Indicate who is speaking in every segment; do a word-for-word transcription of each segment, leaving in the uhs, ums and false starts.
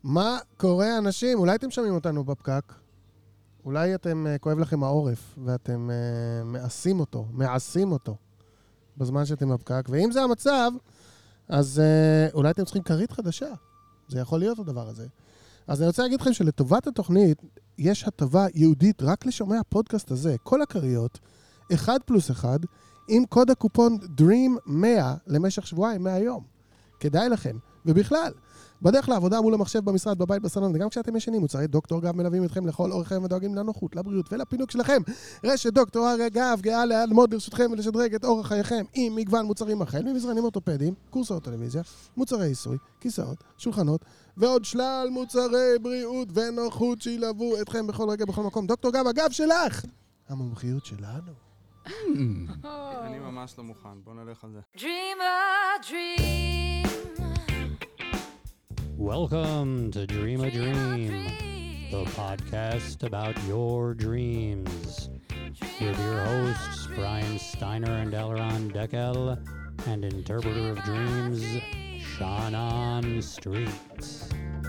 Speaker 1: מה קורה, אנשים? אולי אתם שומעים אותנו בפקק? אולי אתם, uh, כואב לכם העורף, ואתם uh, מעשים אותו, מעשים אותו, בזמן שאתם בפקק. ואם זה המצב, אז uh, אולי אתם צריכים כרית חדשה. זה יכול להיות הדבר הזה. אז אני רוצה להגיד לכם שלטובת התוכנית, יש הטבה יהודית רק לשומע הפודקאסט הזה. כל הכריות, אחד פלוס אחד, עם קוד הקופון דרים מאה למשך שבועיים מהיום. כדאי לכם. ובכלל, בדרך לעבודה מול המחשב במשרד, בבית, בסלון, וגם כשאתם ישנים, מוצרי דוקטור גב מלווים אתכם לכל אורך היום ודואגים לנוחות, לבריאות ולפינוק שלכם. רשת דוקטור הרי גב גאה לעמוד לרשותכם ולשדרג את אורח חייכם עם מגוון מוצרים החל ממזרנים אורתופדיים, קורסאות טלוויזיה, מוצרי עיסוי, כיסאות, שולחנות, ועוד שלל מוצרי בריאות ונוחות שילוו אתכם בכל רגע, בכל מקום. דוקטור גב, הגב שלך! המומחיות שלנו.
Speaker 2: אני ממש לא מוכן, בוא נלך על זה.
Speaker 3: Dream a dream.
Speaker 4: Welcome to Dream a Dream, the podcast about your dreams. With your hosts, Brian Steiner and Elron Deckel, and interpreter of dreams, Shannon Streets.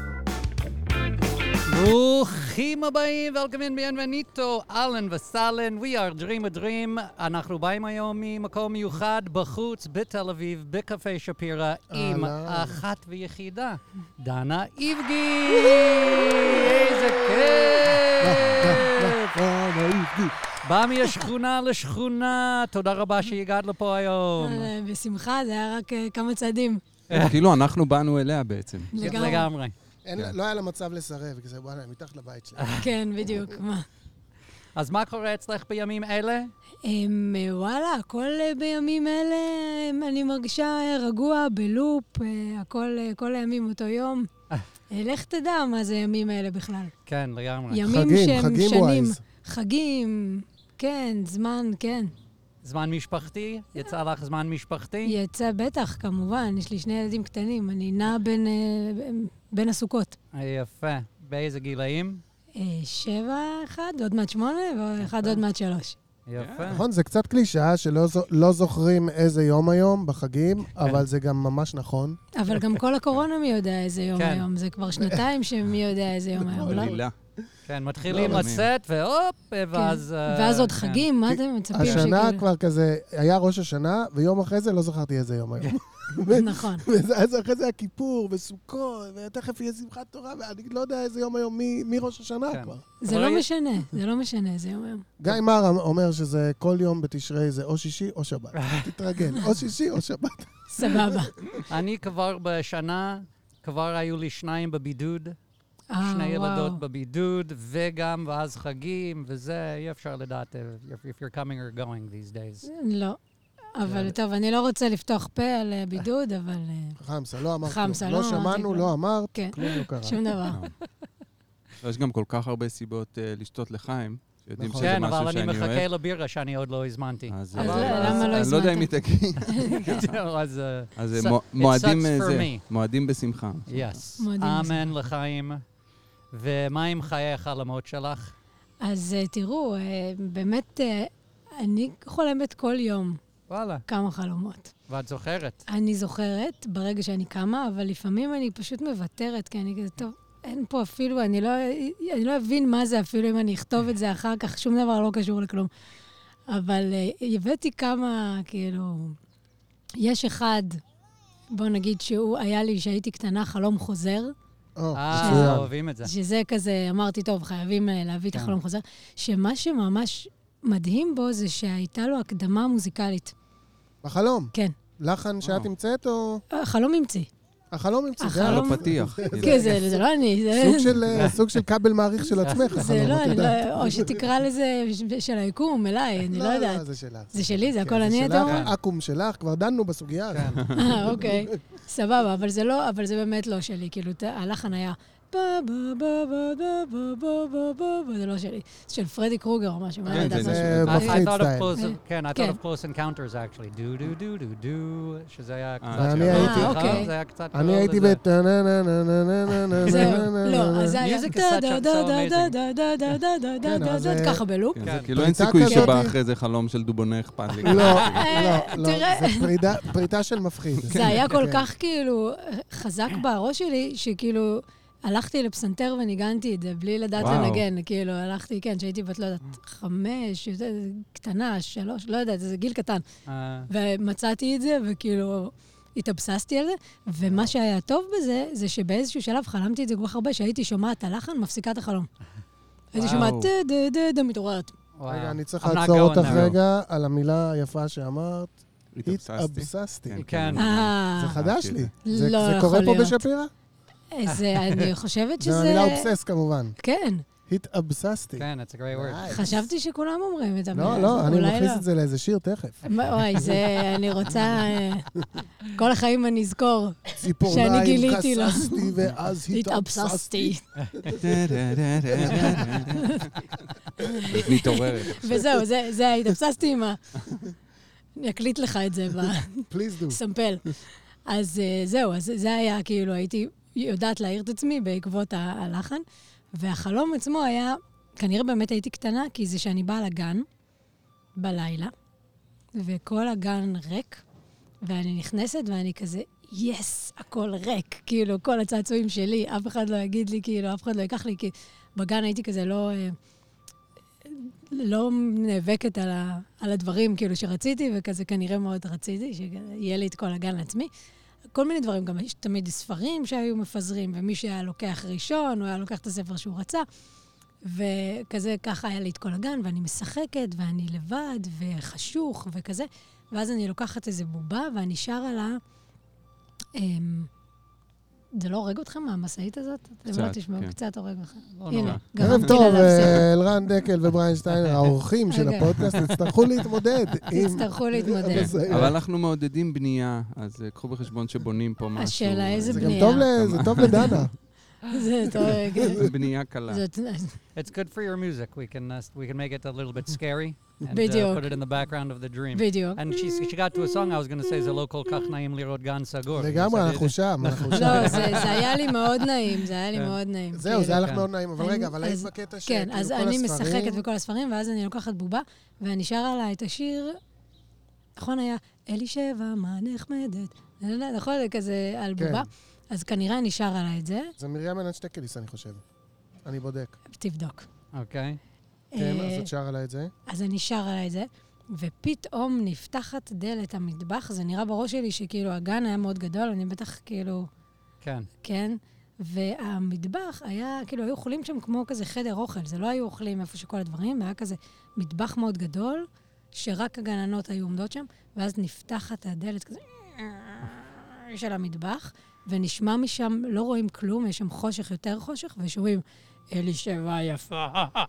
Speaker 4: ברוכים הבאים, welcome in, bienvenido, אהלן וסהלן, we are Dream a Dream. אנחנו באים היום ממקום מיוחד בחוץ, בתל אביב, בקפה שפירא, עם אחת ויחידה, דנה איבגי! איזה כיף! בא מהשכונה לשכונה, תודה רבה שהגעת לפה היום.
Speaker 5: בשמחה, זה היה רק כמה צעדים.
Speaker 2: כאילו אנחנו באנו אליה בעצם.
Speaker 4: לגמרי.
Speaker 1: לא היה לה מצב לסרב, כי זה וואלה, מתחת לבית שלי.
Speaker 5: כן, בדיוק, מה?
Speaker 4: אז מה קורה אצלך בימים אלה?
Speaker 5: וואלה, הכל בימים אלה, אני מרגישה רגוע, בלופ, הכל הימים אותו יום. לך תדע מה זה ימים אלה בכלל.
Speaker 4: כן, לגמרי.
Speaker 5: ימים שהם שנים. חגים, כן, זמן, כן.
Speaker 4: זמן משפחתי? יצא לך זמן משפחתי?
Speaker 5: יצא בטח, כמובן. יש לי שני ילדים קטנים. אני נעה בין, בין הסוכות.
Speaker 4: יפה. באיזה גילאים?
Speaker 5: שבע, אחד, עוד מעט שמונה, ואחד עוד מעט שלוש.
Speaker 4: יפה.
Speaker 1: נכון, זה קצת קלישה שלא לא זוכרים איזה יום היום בחגים, אבל זה גם ממש נכון.
Speaker 5: אבל גם כל הקורונה מי יודע איזה יום היום. זה כבר שנתיים שמי יודע איזה יום היום.
Speaker 2: לילה.
Speaker 4: כן, מתחילים לצאת, והופ, ואז...
Speaker 5: ואז עוד חגים, מה אתם מצפים?
Speaker 1: השנה כבר כזה, היה ראש השנה, ויום אחרי זה לא זכרתי איזה יום היום.
Speaker 5: נכון.
Speaker 1: ואז אחרי זה הכיפור, וסוכות, ותכף יהיה שמחת תורה, ואני לא יודע איזה יום היום, מראש השנה כבר.
Speaker 5: זה לא משנה, זה לא משנה איזה יום היום.
Speaker 1: גיא מר אומר שזה כל יום בתשרי זה או שישי או שבת. תתרגל, או שישי או שבת.
Speaker 5: סבבה.
Speaker 4: אני כבר בשנה, כבר היו לי שניים בבידוד. שני ילדות בבידוד, וגם ואז חגים, וזה, אי אפשר לדעת if you're coming or going these days.
Speaker 5: לא. אבל טוב, אני לא רוצה לפתוח פה על בידוד, אבל...
Speaker 1: חמסה, לא אמרת
Speaker 5: חמסה,
Speaker 1: לא שמענו, לא אמרת, כלום לא קרה.
Speaker 5: שום דבר.
Speaker 2: יש גם כל כך הרבה סיבות לשתות לחיים, שיודעים שזה
Speaker 4: כן,
Speaker 2: משהו שאני
Speaker 4: אבל
Speaker 2: אוהב.
Speaker 4: אני מחכה לבירה שאני עוד לא הזמנתי.
Speaker 5: אז למה לא הזמנת?
Speaker 2: אני לא יודע אם היא תגיד. אז מועדים בשמחה.
Speaker 4: Yes. אמן לחיים. ומה עם חיי החלומות שלך?
Speaker 5: אז תראו, באמת, אני חולמת כל יום.
Speaker 4: וואלה.
Speaker 5: כמה חלומות.
Speaker 4: ואת זוכרת?
Speaker 5: אני זוכרת ברגע שאני קמה, אבל לפעמים אני פשוט מוותרת, כי אני כזה, טוב, אין פה אפילו, אני לא, אני לא אבין מה זה אפילו אם אני אכתוב את זה אחר כך, שום דבר לא קשור לכלום. אבל הבאתי כמה, כאילו, יש אחד, בוא נגיד שהוא היה לי, שהייתי קטנה, חלום חוזר,
Speaker 4: אה, אוהבים את זה.
Speaker 5: שזה כזה, אמרתי, טוב, חייבים להביא את החלום חוזר, שמה שממש מדהים בו זה שהייתה לו הקדמה מוזיקלית.
Speaker 1: בחלום?
Speaker 5: כן.
Speaker 1: לחן שאת המצאת או...
Speaker 5: החלום המציא.
Speaker 1: החלום המציא.
Speaker 2: זה על הפתיח.
Speaker 5: כן, זה לא אני.
Speaker 1: סוג של כבל מעריך של עצמך.
Speaker 5: זה לא, או שתקרא לזה של היקום, אליי, אני לא יודעת.
Speaker 1: לא, זה שלך.
Speaker 5: זה שלי, זה הכל אני, אתה אומר?
Speaker 1: אקום שלך, כבר דנו בסוגיה.
Speaker 5: אה, אוקיי. סבבה, אבל זה לא, אבל זה באמת לא שלי. כאילו, הלחן היה... זה לא שלי. זה של פרדי קרוגר או משהו.
Speaker 1: זה מפחיד סטייל.
Speaker 4: כן, I thought of close encounters actually. דו דו דו דו דו, שזה היה קצת...
Speaker 1: אני הייתי בת...
Speaker 5: לא, אז זה היה... ככה בלופ.
Speaker 2: זה כאילו אין סיכוי שבא אחרי זה חלום של דובונה אכפת לי.
Speaker 1: לא, לא, זה פריטה של מפחיד.
Speaker 5: זה היה כל כך כאילו חזק בראש שלי, שכאילו... הלכתי לפסנתר וניגנתי את זה, בלי לדעת לנגן, כאילו, הלכתי, כן, שהייתי בת, לא יודעת, חמש, קטנה, שלוש, לא יודעת, זה גיל קטן. ומצאתי את זה, וכאילו, התאבססתי על זה, ומה שהיה טוב בזה, זה שבאיזשהו שלב חלמתי את זה כל כך הרבה, שהייתי שומעת הלחן, מפסיקה את החלום. הייתי שומעת, דה, דה, דה, מתעוררת.
Speaker 1: רגע, אני צריך לעצור אותך רגע על המילה היפה שאמרת. התאבססתי.
Speaker 4: כן.
Speaker 1: זה חדש לי.
Speaker 5: לא
Speaker 1: זה
Speaker 5: יכול
Speaker 1: קורה פה
Speaker 5: להיות.
Speaker 1: בשפירה?
Speaker 5: זה, אני חושבת שזה...
Speaker 1: זה המילה אובסס כמובן.
Speaker 5: כן.
Speaker 1: התאבססתי.
Speaker 4: כן, it's a great word.
Speaker 5: חשבתי שכולם אומרים את המילה.
Speaker 1: לא, לא, אני מכניס את זה לאיזה שיר תכף.
Speaker 5: וואי, זה, אני רוצה... כל החיים אני אזכור שאני
Speaker 1: ציפורניים
Speaker 5: גיליתי לו.
Speaker 1: כססתי ואז התאבססתי.
Speaker 2: מתעוררת.
Speaker 5: וזהו, זה, זה, התאבססתי עם ה... אני אקליט לך את זה
Speaker 1: Please do.
Speaker 5: בסמפל. אז uh, זהו, אז זה היה, כאילו, הייתי יודעת להעיר את עצמי בעקבות ה- הלחן, והחלום עצמו היה, כנראה באמת הייתי קטנה, כי זה שאני באה לגן בלילה, וכל הגן ריק, ואני נכנסת ואני כזה, יס, הכל ריק, כאילו, כל הצעצועים שלי, אף אחד לא יגיד לי, כאילו, אף אחד לא ייקח לי, כי בגן הייתי כזה לא... Uh, לא נאבקת על, ה, על הדברים כאילו שרציתי, וכזה כנראה מאוד רציתי, שיהיה לי את כל הגן לעצמי. כל מיני דברים, גם יש תמיד ספרים שהיו מפזרים, ומי שהיה לוקח ראשון, הוא היה לוקח את הספר שהוא רצה, וכזה ככה היה לי את כל הגן, ואני משחקת, ואני לבד, וחשוך, וכזה, ואז אני לוקחת איזה בובה, ואני שרה לה... אמ, זה לא הורג אתכם מהמסעית הזאת?
Speaker 2: קצת,
Speaker 5: אתם לא תשמעו,
Speaker 2: כן.
Speaker 5: קצת הורג אתכם.
Speaker 4: לא
Speaker 5: הנה,
Speaker 4: נורא.
Speaker 1: ערב
Speaker 5: גרמתי
Speaker 1: טוב,
Speaker 5: לה להפסיק.
Speaker 1: אה, אלרן דקל ובריין שטיינר, האורחים של
Speaker 5: אוקיי.
Speaker 1: הפודקאסט, יצטרכו להתמודד עם...
Speaker 5: תצטרכו להתמודד.
Speaker 1: המשאית.
Speaker 2: אבל אנחנו מעודדים בנייה, אז קחו בחשבון שבונים פה משהו.
Speaker 5: השאלה, איזה
Speaker 1: זה גם
Speaker 5: בנייה?
Speaker 1: טוב ל- זה טוב לדנה.
Speaker 5: זה טוב, כן.
Speaker 2: בנייה קלה.
Speaker 5: זאת-
Speaker 4: It's good for your music. We can uh, we can make it a little bit scary and uh,
Speaker 5: בדיוק.
Speaker 4: put it in the background of the dream.
Speaker 5: בדיוק.
Speaker 4: And she, she got to a song I was going to say, זה לא כל כך נעים לראות גן סגור.
Speaker 1: לגמרי,
Speaker 4: You said
Speaker 1: אנחנו
Speaker 4: it-
Speaker 1: שם, אנחנו שם.
Speaker 5: לא, זה זה היה לי מאוד נעים, זה היה לי
Speaker 4: כן.
Speaker 5: מאוד נעים.
Speaker 1: זהו,
Speaker 5: כאילו.
Speaker 1: זה היה לך
Speaker 4: כן.
Speaker 1: מאוד נעים, אבל
Speaker 5: אני-
Speaker 1: רגע, אבל היית
Speaker 5: אז-
Speaker 1: בקטע ש...
Speaker 5: כן,
Speaker 1: כאילו,
Speaker 5: אז
Speaker 1: כל
Speaker 5: אני
Speaker 1: הספרים-
Speaker 5: משחקת בכל הספרים, ואז אני לוקחת בובה, ואני שרה לה את השיר, נכון היה, אלישבע, מה נחמדת, נכון, זה כזה על
Speaker 1: כן.
Speaker 5: בובה, אז כנראה אני שרה לה את זה,
Speaker 1: זה מרים אלן שטקליס, אני חושב. אני בודק.
Speaker 5: תבדוק.
Speaker 4: אוקיי.
Speaker 1: כן,
Speaker 5: אה,
Speaker 1: אז את שרה לה את זה.
Speaker 5: אז אני שרה לה את זה, ופתאום נפתחת דלת המטבח, זה נראה בראש שלי שכאילו הגן היה מאוד גדול, אני בטח כאילו,
Speaker 4: כן.
Speaker 5: כן, והמטבח היה, כאילו היו אוכלים שם כמו כזה חדר אוכל, זה לא היו אוכלים איפה שכל הדברים, היה כזה מטבח מאוד גדול, שרק הגננות היו עומדות שם, ואז נפתחת הדלת כזה של המטבח, ונשמע משם, לא רואים כלום, יש שם חושך, יותר חושך, ושומעים, אלישבע יפה,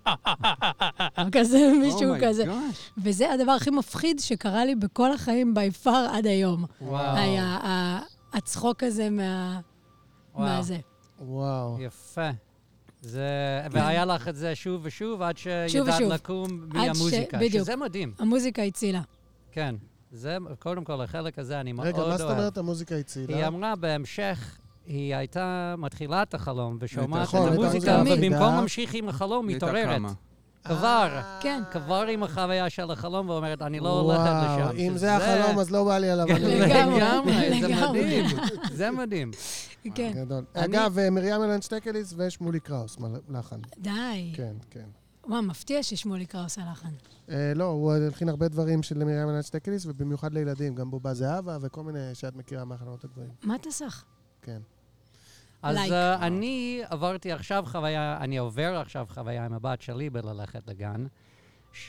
Speaker 5: כזה, מישהו כזה. וזה הדבר הכי מפחיד שקרה לי בכל החיים by far עד היום.
Speaker 4: וואו.
Speaker 5: היה ה- הצחוק הזה מה...
Speaker 4: וואו.
Speaker 5: מהזה.
Speaker 1: וואו.
Speaker 4: יפה. זה... והיה לך את זה שוב ושוב, עד
Speaker 5: שוב
Speaker 4: שידעת
Speaker 5: ושוב.
Speaker 4: לקום
Speaker 5: עד ש-
Speaker 4: מהמוזיקה.
Speaker 5: בדיוק.
Speaker 4: שזה מדהים.
Speaker 5: המוזיקה הצילה.
Speaker 4: כן. זה, קודם כל, החלק הזה אני מאוד
Speaker 1: רגע,
Speaker 4: אוהב.
Speaker 1: מה זאת אומרת המוזיקה הצילה?
Speaker 4: היא אמרה בהמשך, היא הייתה מתחילה את החלום ושומעת את
Speaker 1: נכון, הייתה
Speaker 4: המוזיקה,
Speaker 5: תמיד.
Speaker 4: ובמקום להמשיך עם החלום,
Speaker 2: היא הייתה
Speaker 4: מתעוררת.
Speaker 2: קמה.
Speaker 4: כבר,
Speaker 5: כן.
Speaker 4: כבר עם החוויה של החלום, ואומרת, אני לא הולכת לשם.
Speaker 1: וואו, אם
Speaker 4: שזה-
Speaker 1: זה החלום, אז לא בא לי עליו. אני-
Speaker 5: לגמרי,
Speaker 4: לגמרי, זה
Speaker 5: לגמרי.
Speaker 4: מדהים. זה מדהים.
Speaker 5: כן.
Speaker 1: גדול.
Speaker 4: אני-
Speaker 1: אגב, אה, מרים אלן שטקליס ושמולי קראוס, מל- לחן.
Speaker 5: די.
Speaker 1: כן, כן.
Speaker 5: וואו, מפתיע ששמולי קראוס הלחן.
Speaker 1: אה, לא, הוא הלחין הרבה דברים של מרים אלן שטקליס, ובמיוחד לילדים, גם בובה זהבה וכל מיני שאת מכירה מהחלומות הגבוהים.
Speaker 5: מה תסך?
Speaker 1: כן.
Speaker 4: אז
Speaker 5: Like.
Speaker 4: uh, אני עברתי עכשיו חוויה, אני עובר עכשיו חוויה עם הבת שלי בללכת לגן, ש...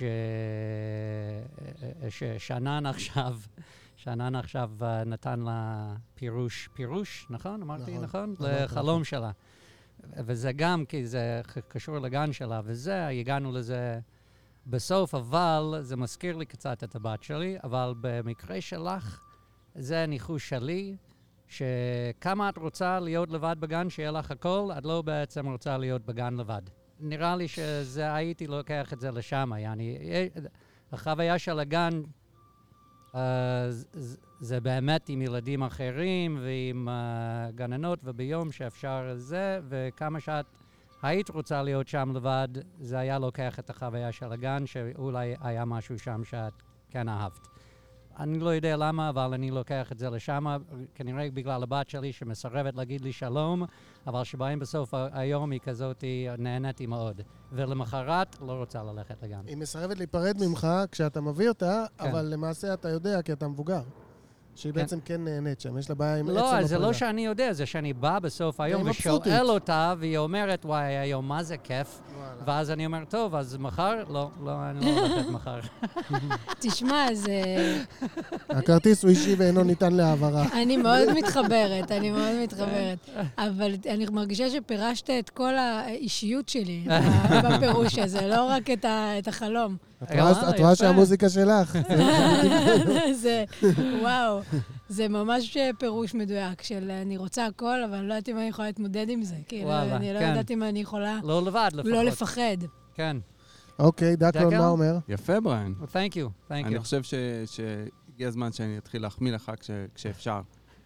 Speaker 4: ששנן עכשיו, שנן עכשיו uh, נתן לה פירוש, פירוש, נכון? אמרתי
Speaker 1: נכון,
Speaker 4: נכון?
Speaker 1: אמרת
Speaker 4: לחלום
Speaker 1: נכון.
Speaker 4: שלה. וזה גם כי זה ח- קשור לגן שלה, וזה, הגענו לזה בסוף, אבל זה מזכיר לי קצת את הבת שלי, אבל במקרה שלך, זה ניחוש שלי, שכמה את רוצה להיות לבד בגן, שיהיה לך הכל, את לא בעצם רוצה להיות בגן לבד. נראה לי שזה, הייתי לוקח את זה לשם, יעני. החוויה של הגן, uh, זה, זה באמת עם ילדים אחרים ועם uh, גננות, וביום שאפשר זה, וכמה שאת היית רוצה להיות שם לבד, זה היה לוקח את החוויה של הגן, שאולי היה משהו שם שאת כן אהבת. אני לא יודע למה, אבל אני לוקח את זה לשם, כנראה בגלל הבת שלי שמסרבת להגיד לי שלום, אבל שבאים בסוף היום היא כזאת, היא נהניתי מאוד. ולמחרת לא רוצה ללכת לגן.
Speaker 1: היא מסרבת להיפרד ממך כשאתה מביא אותה,
Speaker 4: כן.
Speaker 1: אבל למעשה אתה יודע כי אתה מבוגר. שהיא
Speaker 4: כן.
Speaker 1: בעצם כן נהנית שם, יש לה בעיה עם עצם
Speaker 4: לא,
Speaker 1: הפרידה.
Speaker 4: זה לא שאני יודע, זה שאני בא בסוף היום
Speaker 1: מבסוטית.
Speaker 4: ושואל אותה, והיא אומרת, וואי, היום מה זה כיף?
Speaker 1: וואלה.
Speaker 4: ואז אני אומר, טוב, אז מחר? לא, לא, אני לא הולכת מחר.
Speaker 5: תשמע, זה...
Speaker 1: הכרטיס הוא אישי ואינו ניתן להעברה.
Speaker 5: אני מאוד מתחברת, אני מאוד מתחברת. אבל אני מרגישה שפירשת את כל האישיות שלי בפירוש הזה, לא רק את ה- את החלום.
Speaker 1: את רואה- את רואה שהמוזיקה שלך.
Speaker 5: זה, וואו, זה ממש פירוש מדויק של אני רוצה הכל, אבל אני לא יודעת אם אני יכולה להתמודד עם זה. כאילו,
Speaker 4: וואלה,
Speaker 5: אני לא
Speaker 4: כן.
Speaker 5: יודעת אם אני יכולה
Speaker 4: לא לבד לפחות.
Speaker 5: לא לפחד.
Speaker 4: כן.
Speaker 1: אוקיי, דקלון,
Speaker 4: דקל?
Speaker 1: מה אומר?
Speaker 2: יפה, בריין.
Speaker 4: Well, thank you, thank
Speaker 2: אני
Speaker 4: you.
Speaker 2: חושב ש- שהגיע הזמן שאני אתחיל להחמיא לך כש- כשאפשר.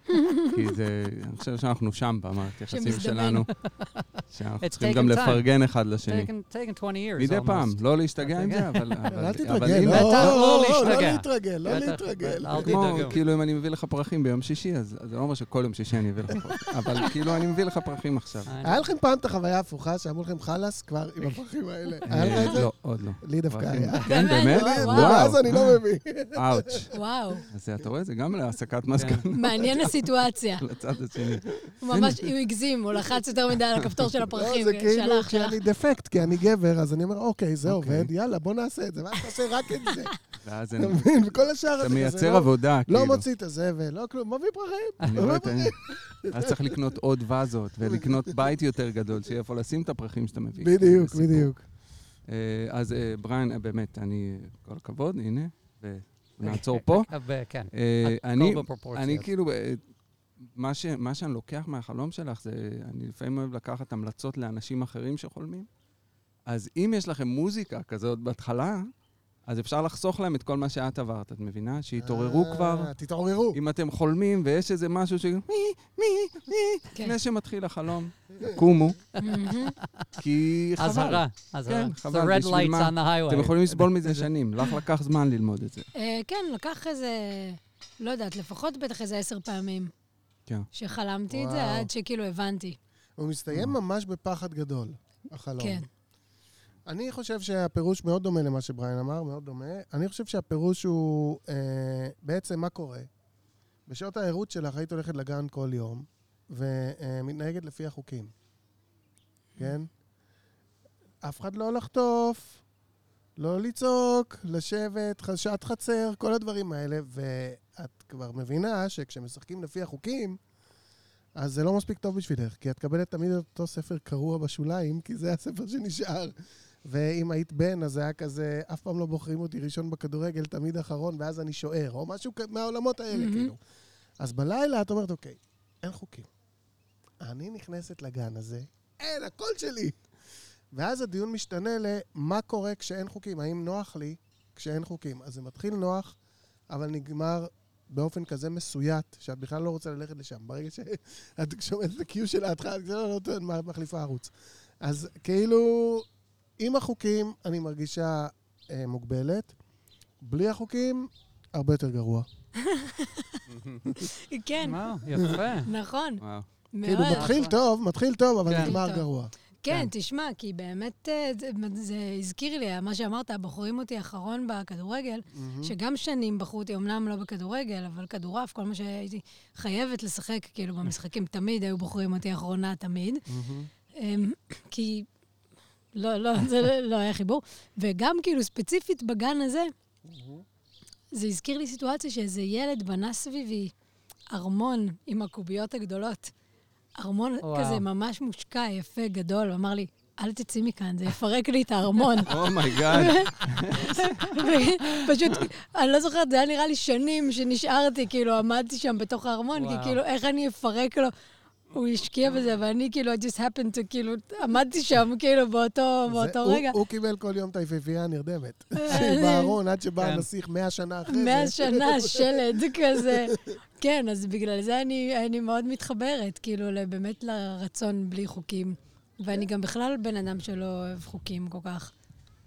Speaker 2: כי זה, אני חושב שאנחנו שם במערכת יחסים
Speaker 5: שמזדמן.
Speaker 2: שלנו. שאנחנו
Speaker 4: It's
Speaker 2: צריכים
Speaker 4: taken
Speaker 2: גם
Speaker 4: time.
Speaker 2: לפרגן אחד לשני.
Speaker 4: Taken, taken twenty years
Speaker 2: מדי
Speaker 4: almost.
Speaker 2: פעם, לא להשתגע עם זה, אבל...
Speaker 1: אל
Speaker 2: אבל
Speaker 1: תתרגל,
Speaker 2: אם-
Speaker 1: לא,
Speaker 4: בטח לא
Speaker 1: לא, לא
Speaker 4: להשתגע.
Speaker 1: להתרגל, לא
Speaker 4: בטח,
Speaker 1: להתרגל.
Speaker 4: אל
Speaker 2: כמו,
Speaker 4: תדאגו.
Speaker 2: כאילו, אם אני מביא לך פרחים ביום שישי, אז אז זה לא אומר שכל יום שישי אני אביא לך פרחים. אבל כאילו, אני מביא לך פרחים עכשיו.
Speaker 1: היה לכם פעם את החוויה ההפוכה, שאמרו לכם חלאס כבר עם הפרחים האלה? היה לך את זה?
Speaker 2: לא, עוד לא.
Speaker 1: לי דווקא
Speaker 2: פרחים.
Speaker 1: היה.
Speaker 2: כן, באמת?
Speaker 5: וואו.
Speaker 1: לא, אז אני לא מבין.
Speaker 2: אאוץ'.
Speaker 5: וואו,
Speaker 2: אז אתה רואה, זה גם להסקת מסקנות
Speaker 5: מעניין הסיטואציה.
Speaker 2: לצד השני.
Speaker 5: הוא ממש, הוא הגזים, הוא לחץ יותר מדי על הכפתור של
Speaker 1: לא,
Speaker 5: הפרחים.
Speaker 1: זה כאילו,
Speaker 5: שלח,
Speaker 1: כי
Speaker 5: שלח.
Speaker 1: אני דפקט, כי אני גבר, אז אני אומר, אוקיי, זה
Speaker 2: אוקיי.
Speaker 1: עובד, יאללה, בוא נעשה את זה, ואז תעשה רק את זה.
Speaker 2: ואז
Speaker 1: אתה
Speaker 2: אני-
Speaker 1: מבין? וכל השאר...
Speaker 2: אתה
Speaker 1: כזה
Speaker 2: מייצר
Speaker 1: לא-
Speaker 2: עבודה, כאילו.
Speaker 1: לא מוציא את הזבל, לא כלום, מביא פרחים.
Speaker 2: אני
Speaker 1: מביא
Speaker 2: רואה את
Speaker 1: פרחים.
Speaker 2: ה... אז צריך לקנות עוד וזות, ולקנות בית יותר גדול, שיהיה איפה לשים את הפרחים שאתה מביא.
Speaker 1: בדיוק,
Speaker 2: זה סיפור.
Speaker 1: בדיוק.
Speaker 2: אה, אז אה, בריין, אה, באמת, אני... כל הכבוד, הנה, ונעצור פה.
Speaker 4: ו- כן.
Speaker 2: אה,
Speaker 4: הכל
Speaker 2: אני,
Speaker 4: בפרופורציות.
Speaker 2: אני כאילו, אה, מה, ש, מה שאני לוקח מהחלום שלך זה, אני לפעמים אוהב לקחת המלצות לאנשים אחרים שחולמים. אז אם יש לכם מוזיקה כזאת בהתחלה, אז אפשר לחסוך להם את כל מה שאת עברת, את מבינה? שיתעוררו
Speaker 1: אה,
Speaker 2: כבר.
Speaker 1: תתעוררו.
Speaker 2: אם אתם חולמים ויש איזה משהו ש... מי, מי, מי,
Speaker 5: כן.
Speaker 2: לפני שמתחיל החלום, קומו,
Speaker 5: מהמם.
Speaker 2: כי חבל.
Speaker 4: אזהרה, אזהרה.
Speaker 2: כן,
Speaker 4: The
Speaker 2: חבל,
Speaker 4: red
Speaker 2: בשביל
Speaker 4: lights
Speaker 2: מה?
Speaker 4: on the highway.
Speaker 2: אתם יכולים לסבול מזה שנים, לך לקח זמן ללמוד את זה.
Speaker 5: אה, כן, לקח איזה, לא יודעת, לפחות בטח איזה עשר פעמים.
Speaker 2: כן.
Speaker 5: שחלמתי את זה
Speaker 1: וואו.
Speaker 5: עד שכאילו הבנתי.
Speaker 1: הוא מסתיים ממש בפחד גדול, החלום.
Speaker 5: כן.
Speaker 1: אני חושב שהפירוש מאוד דומה למה שבריין אמר, מאוד דומה. אני חושב שהפירוש הוא אה, בעצם מה קורה. בשעות העירות שלך היית הולכת לגן כל יום, ומתנהגת לפי החוקים. כן? אף אחד לא לחטוף, לא לצעוק, לשבת, שעת חצר, כל הדברים האלה, ואת כבר מבינה שכשמשחקים לפי החוקים, אז זה לא מספיק טוב בשבילך, כי את מקבלת תמיד אותו ספר קרוע בשוליים, כי זה הספר שנשאר. ואם היית בן, אז זה היה כזה, אף פעם לא בוחרים אותי ראשון בכדורגל, תמיד אחרון, ואז אני שוער, או משהו מהעולמות האלה,
Speaker 5: מהמם.
Speaker 1: כאילו. אז בלילה את אומרת, אוקיי, אין חוקים. אני נכנסת לגן הזה, אין, הכל שלי. ואז הדיון משתנה למה קורה כשאין חוקים, האם נוח לי כשאין חוקים. אז זה מתחיל נוח, אבל נגמר באופן כזה מסוית, שאת בכלל לא רוצה ללכת לשם. ברגע שאת שומעת את הקיו של ההתחלה, את לא נותנת מחליפה ערוץ. אז כאילו, עם החוקים אני מרגישה אה, מוגבלת, בלי החוקים, הרבה יותר גרוע.
Speaker 5: כן,
Speaker 4: וואו, יפה.
Speaker 5: נכון.
Speaker 2: וואו.
Speaker 1: כאילו,
Speaker 5: מאוד.
Speaker 1: מתחיל טוב, מתחיל טוב, אבל
Speaker 4: כן.
Speaker 1: נגמר
Speaker 5: טוב.
Speaker 1: גרוע.
Speaker 5: כן, תשמע, כי באמת אה, זה, זה הזכיר לי, מה שאמרת, בוחרים אותי אחרון בכדורגל, שגם שנים בחרו אותי, אמנם לא בכדורגל, אבל כדורעף, כל מה שהייתי חייבת לשחק, כאילו במשחקים תמיד היו בוחרים אותי אחרונה תמיד. אמ, כי לא, לא, זה לא- לא היה חיבור. וגם כאילו ספציפית בגן הזה, זה הזכיר לי סיטואציה שאיזה ילד בנה סביבי ארמון עם הקוביות הגדולות. ארמון
Speaker 4: וואו.
Speaker 5: כזה ממש מושקע, יפה, גדול, ואמר לי, אל תצאי מכאן, זה יפרק לי את הארמון.
Speaker 2: אומייגאד.
Speaker 5: פשוט, אני לא זוכרת, זה היה נראה לי שנים שנשארתי, כאילו, עמדתי שם בתוך הארמון, כי
Speaker 4: וואו.
Speaker 5: כאילו, איך אני אפרק לו? הוא השקיע בזה, ואני כאילו, I just happened to, כאילו, עמדתי שם, כאילו, באותו באותו
Speaker 1: הוא-
Speaker 5: רגע.
Speaker 1: הוא קיבל כל יום את היפיפייה הנרדמת. שהיא בארון עד שבא
Speaker 4: כן.
Speaker 1: הנסיך מאה שנה אחרי זה.
Speaker 5: מאה שנה, שלד כזה. כן, אז בגלל זה אני, אני מאוד מתחברת, כאילו, באמת לרצון בלי חוקים. ואני גם בכלל בן אדם שלא אוהב חוקים כל כך.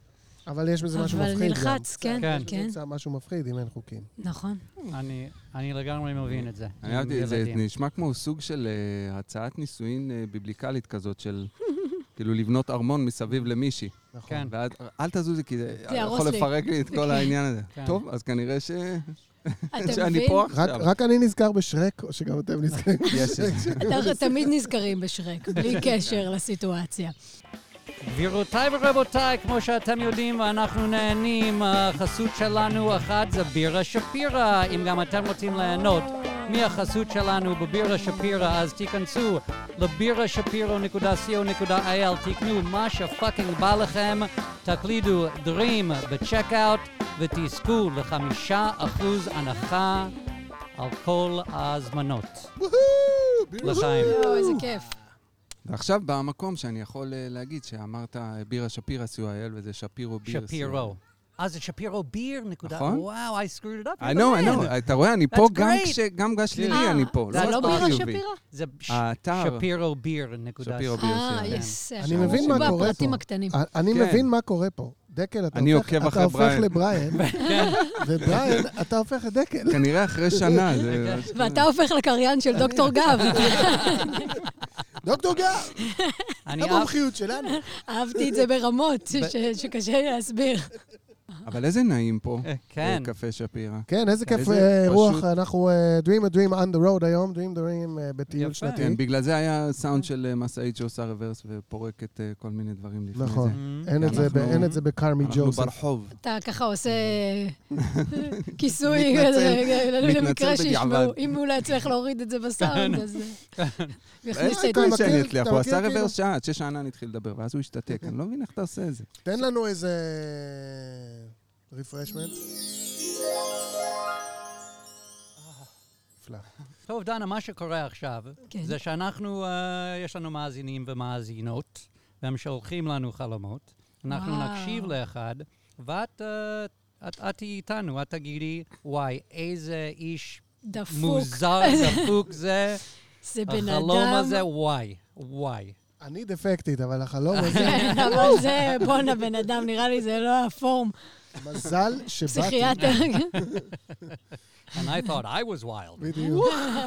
Speaker 1: אבל יש בזה משהו
Speaker 5: אבל
Speaker 1: מפחיד גם.
Speaker 5: נלחץ, כן,
Speaker 4: כן.
Speaker 5: כן.
Speaker 1: זה משהו מפחיד אם אין חוקים.
Speaker 5: נכון.
Speaker 4: אני, אני לגמרי מבין את זה.
Speaker 2: אני אהבתי,
Speaker 4: עם
Speaker 2: זה
Speaker 4: ילדים.
Speaker 2: נשמע כמו סוג של אה, הצעת נישואין אה, ביבליקלית כזאת של כאילו לבנות ארמון מסביב למישהי.
Speaker 1: נכון.
Speaker 4: כן.
Speaker 2: ואז אל תזוזי, כי זה
Speaker 5: יהרוס
Speaker 2: יכול
Speaker 5: לי.
Speaker 2: לפרק לי את כל העניין הזה.
Speaker 4: כן.
Speaker 2: טוב, אז כנראה ש...
Speaker 5: אתה
Speaker 2: שאני
Speaker 5: מבין?
Speaker 2: פה
Speaker 1: רק,
Speaker 2: עכשיו.
Speaker 1: רק אני נזכר בשרק, או שגם אתם נזכרים
Speaker 2: יש את
Speaker 1: בשרק?
Speaker 5: אנחנו תמיד נזכרים בשרק, בלי קשר לסיטואציה.
Speaker 4: גבירותיי ורבותיי, כמו שאתם יודעים ואנחנו נהנים, החסות שלנו אחת זה בירה שפירא. אם גם אתם רוצים ליהנות מהחסות שלנו בבירה שפירא, אז תיכנסו לבירה שפירא נקודה סי או נקודה איי אל, תקנו מה שפאקינג בא לכם, תקלידו דרים בצ'קאוט ותזכו לחמישה אחוז הנחה על כל ההזמנות. לחיים.
Speaker 5: יואו, איזה כיף.
Speaker 2: ועכשיו במקום שאני יכול אה, להגיד שאמרת אה, בירה שפירא סי או איי אל וזה שפירו ביר.
Speaker 4: שפירו. אה, זה שפירו ביר נקודה.
Speaker 2: נכון.
Speaker 4: וואו, I screwed it up.
Speaker 2: I know, I know. אתה רואה, אני פה
Speaker 4: That's
Speaker 2: גם
Speaker 4: great.
Speaker 2: כש... גם גש שלילי
Speaker 5: אה,
Speaker 2: אני פה.
Speaker 5: זה
Speaker 2: רק
Speaker 5: לא בירה
Speaker 2: חיובי.
Speaker 5: שפירא?
Speaker 4: זה ש-
Speaker 2: האתר.
Speaker 4: שפירו ביר נקודה.
Speaker 2: שפירו ביר.
Speaker 5: אה,
Speaker 2: כן.
Speaker 5: יס.
Speaker 1: אני מבין מה קורה
Speaker 5: בפרטים
Speaker 1: פה.
Speaker 5: הקטנים.
Speaker 1: אני
Speaker 2: כן.
Speaker 1: מבין מה קורה פה. דקל, אתה
Speaker 2: אני
Speaker 1: הופך-
Speaker 2: עוקב
Speaker 1: אתה
Speaker 2: אחרי
Speaker 1: הופך
Speaker 2: בריין.
Speaker 1: לבריין,
Speaker 4: כן.
Speaker 1: ובריין, אתה הופך לדקל.
Speaker 2: כנראה אחרי שנה. זה-
Speaker 5: ואתה הופך לקריין של דוקטור גב.
Speaker 1: דוקטור גב,
Speaker 4: אני אהב-
Speaker 1: המומחיות שלנו.
Speaker 5: אהבתי את זה ברמות, ש- שקשה לי להסביר.
Speaker 2: אבל איזה נעים פה.
Speaker 4: אה, כן.
Speaker 2: קפה שפירא.
Speaker 1: כן, איזה כיף
Speaker 2: איזה
Speaker 1: אה,
Speaker 2: פשוט-
Speaker 1: רוח, אנחנו אה, Dream a Dream on the road היום, Dream the Dream אה, בטיול
Speaker 4: יפה.
Speaker 1: שנתי.
Speaker 2: כן, בגלל זה היה סאונד של אה, משאית שעושה רוורס ופורקת אה, כל מיני דברים לפני זה.
Speaker 1: נכון.
Speaker 4: Mm,
Speaker 1: אין את זה ב-
Speaker 2: אנחנו-
Speaker 1: אין את זה בקרמי
Speaker 2: אנחנו
Speaker 1: ג'וזף.
Speaker 2: ברחוב.
Speaker 5: אתה ככה עושה כיסוי
Speaker 2: מתנצל-
Speaker 5: כזה,
Speaker 2: מתנצל
Speaker 5: למקרה שישמעו.
Speaker 2: בדיעבד.
Speaker 5: אם הוא לא יצליח להוריד את זה בסאונד, אז הוא יכניס
Speaker 2: אין
Speaker 5: את
Speaker 2: סיכוי
Speaker 1: מכיר-
Speaker 2: שאני
Speaker 1: אתה
Speaker 2: אצליח, הוא
Speaker 1: מכיר
Speaker 2: עשה
Speaker 1: כאילו?
Speaker 2: רוורס שעה עד ששענן התחיל לדבר, ואז הוא השתתק. אני לא מבין איך אתה עושה את זה.
Speaker 1: תן לנו איזה רפרשמנט. נפלא.
Speaker 4: טוב, דנה, מה שקורה עכשיו,
Speaker 5: כן.
Speaker 4: זה שאנחנו, אה, יש לנו מאזינים ומאזינות, והם שולחים לנו חלומות. אנחנו
Speaker 5: וואו.
Speaker 4: נקשיב לאחד, ואת אה, את- את תהיי איתנו, את תגידי, וואי, איזה איש
Speaker 5: דפוק.
Speaker 4: מוזר, דפוק זה,
Speaker 5: זה בן
Speaker 4: החלום
Speaker 5: אדם.
Speaker 4: הזה, וואי, וואי.
Speaker 1: אני דפקטית, אבל החלום הזה,
Speaker 5: כן, אבל זה, בואנה, בן אדם, נראה לי זה לא הפורם.
Speaker 1: מזל שבאתי.
Speaker 5: פסיכיאטר.
Speaker 4: And I thought I was wild.
Speaker 1: בדיוק.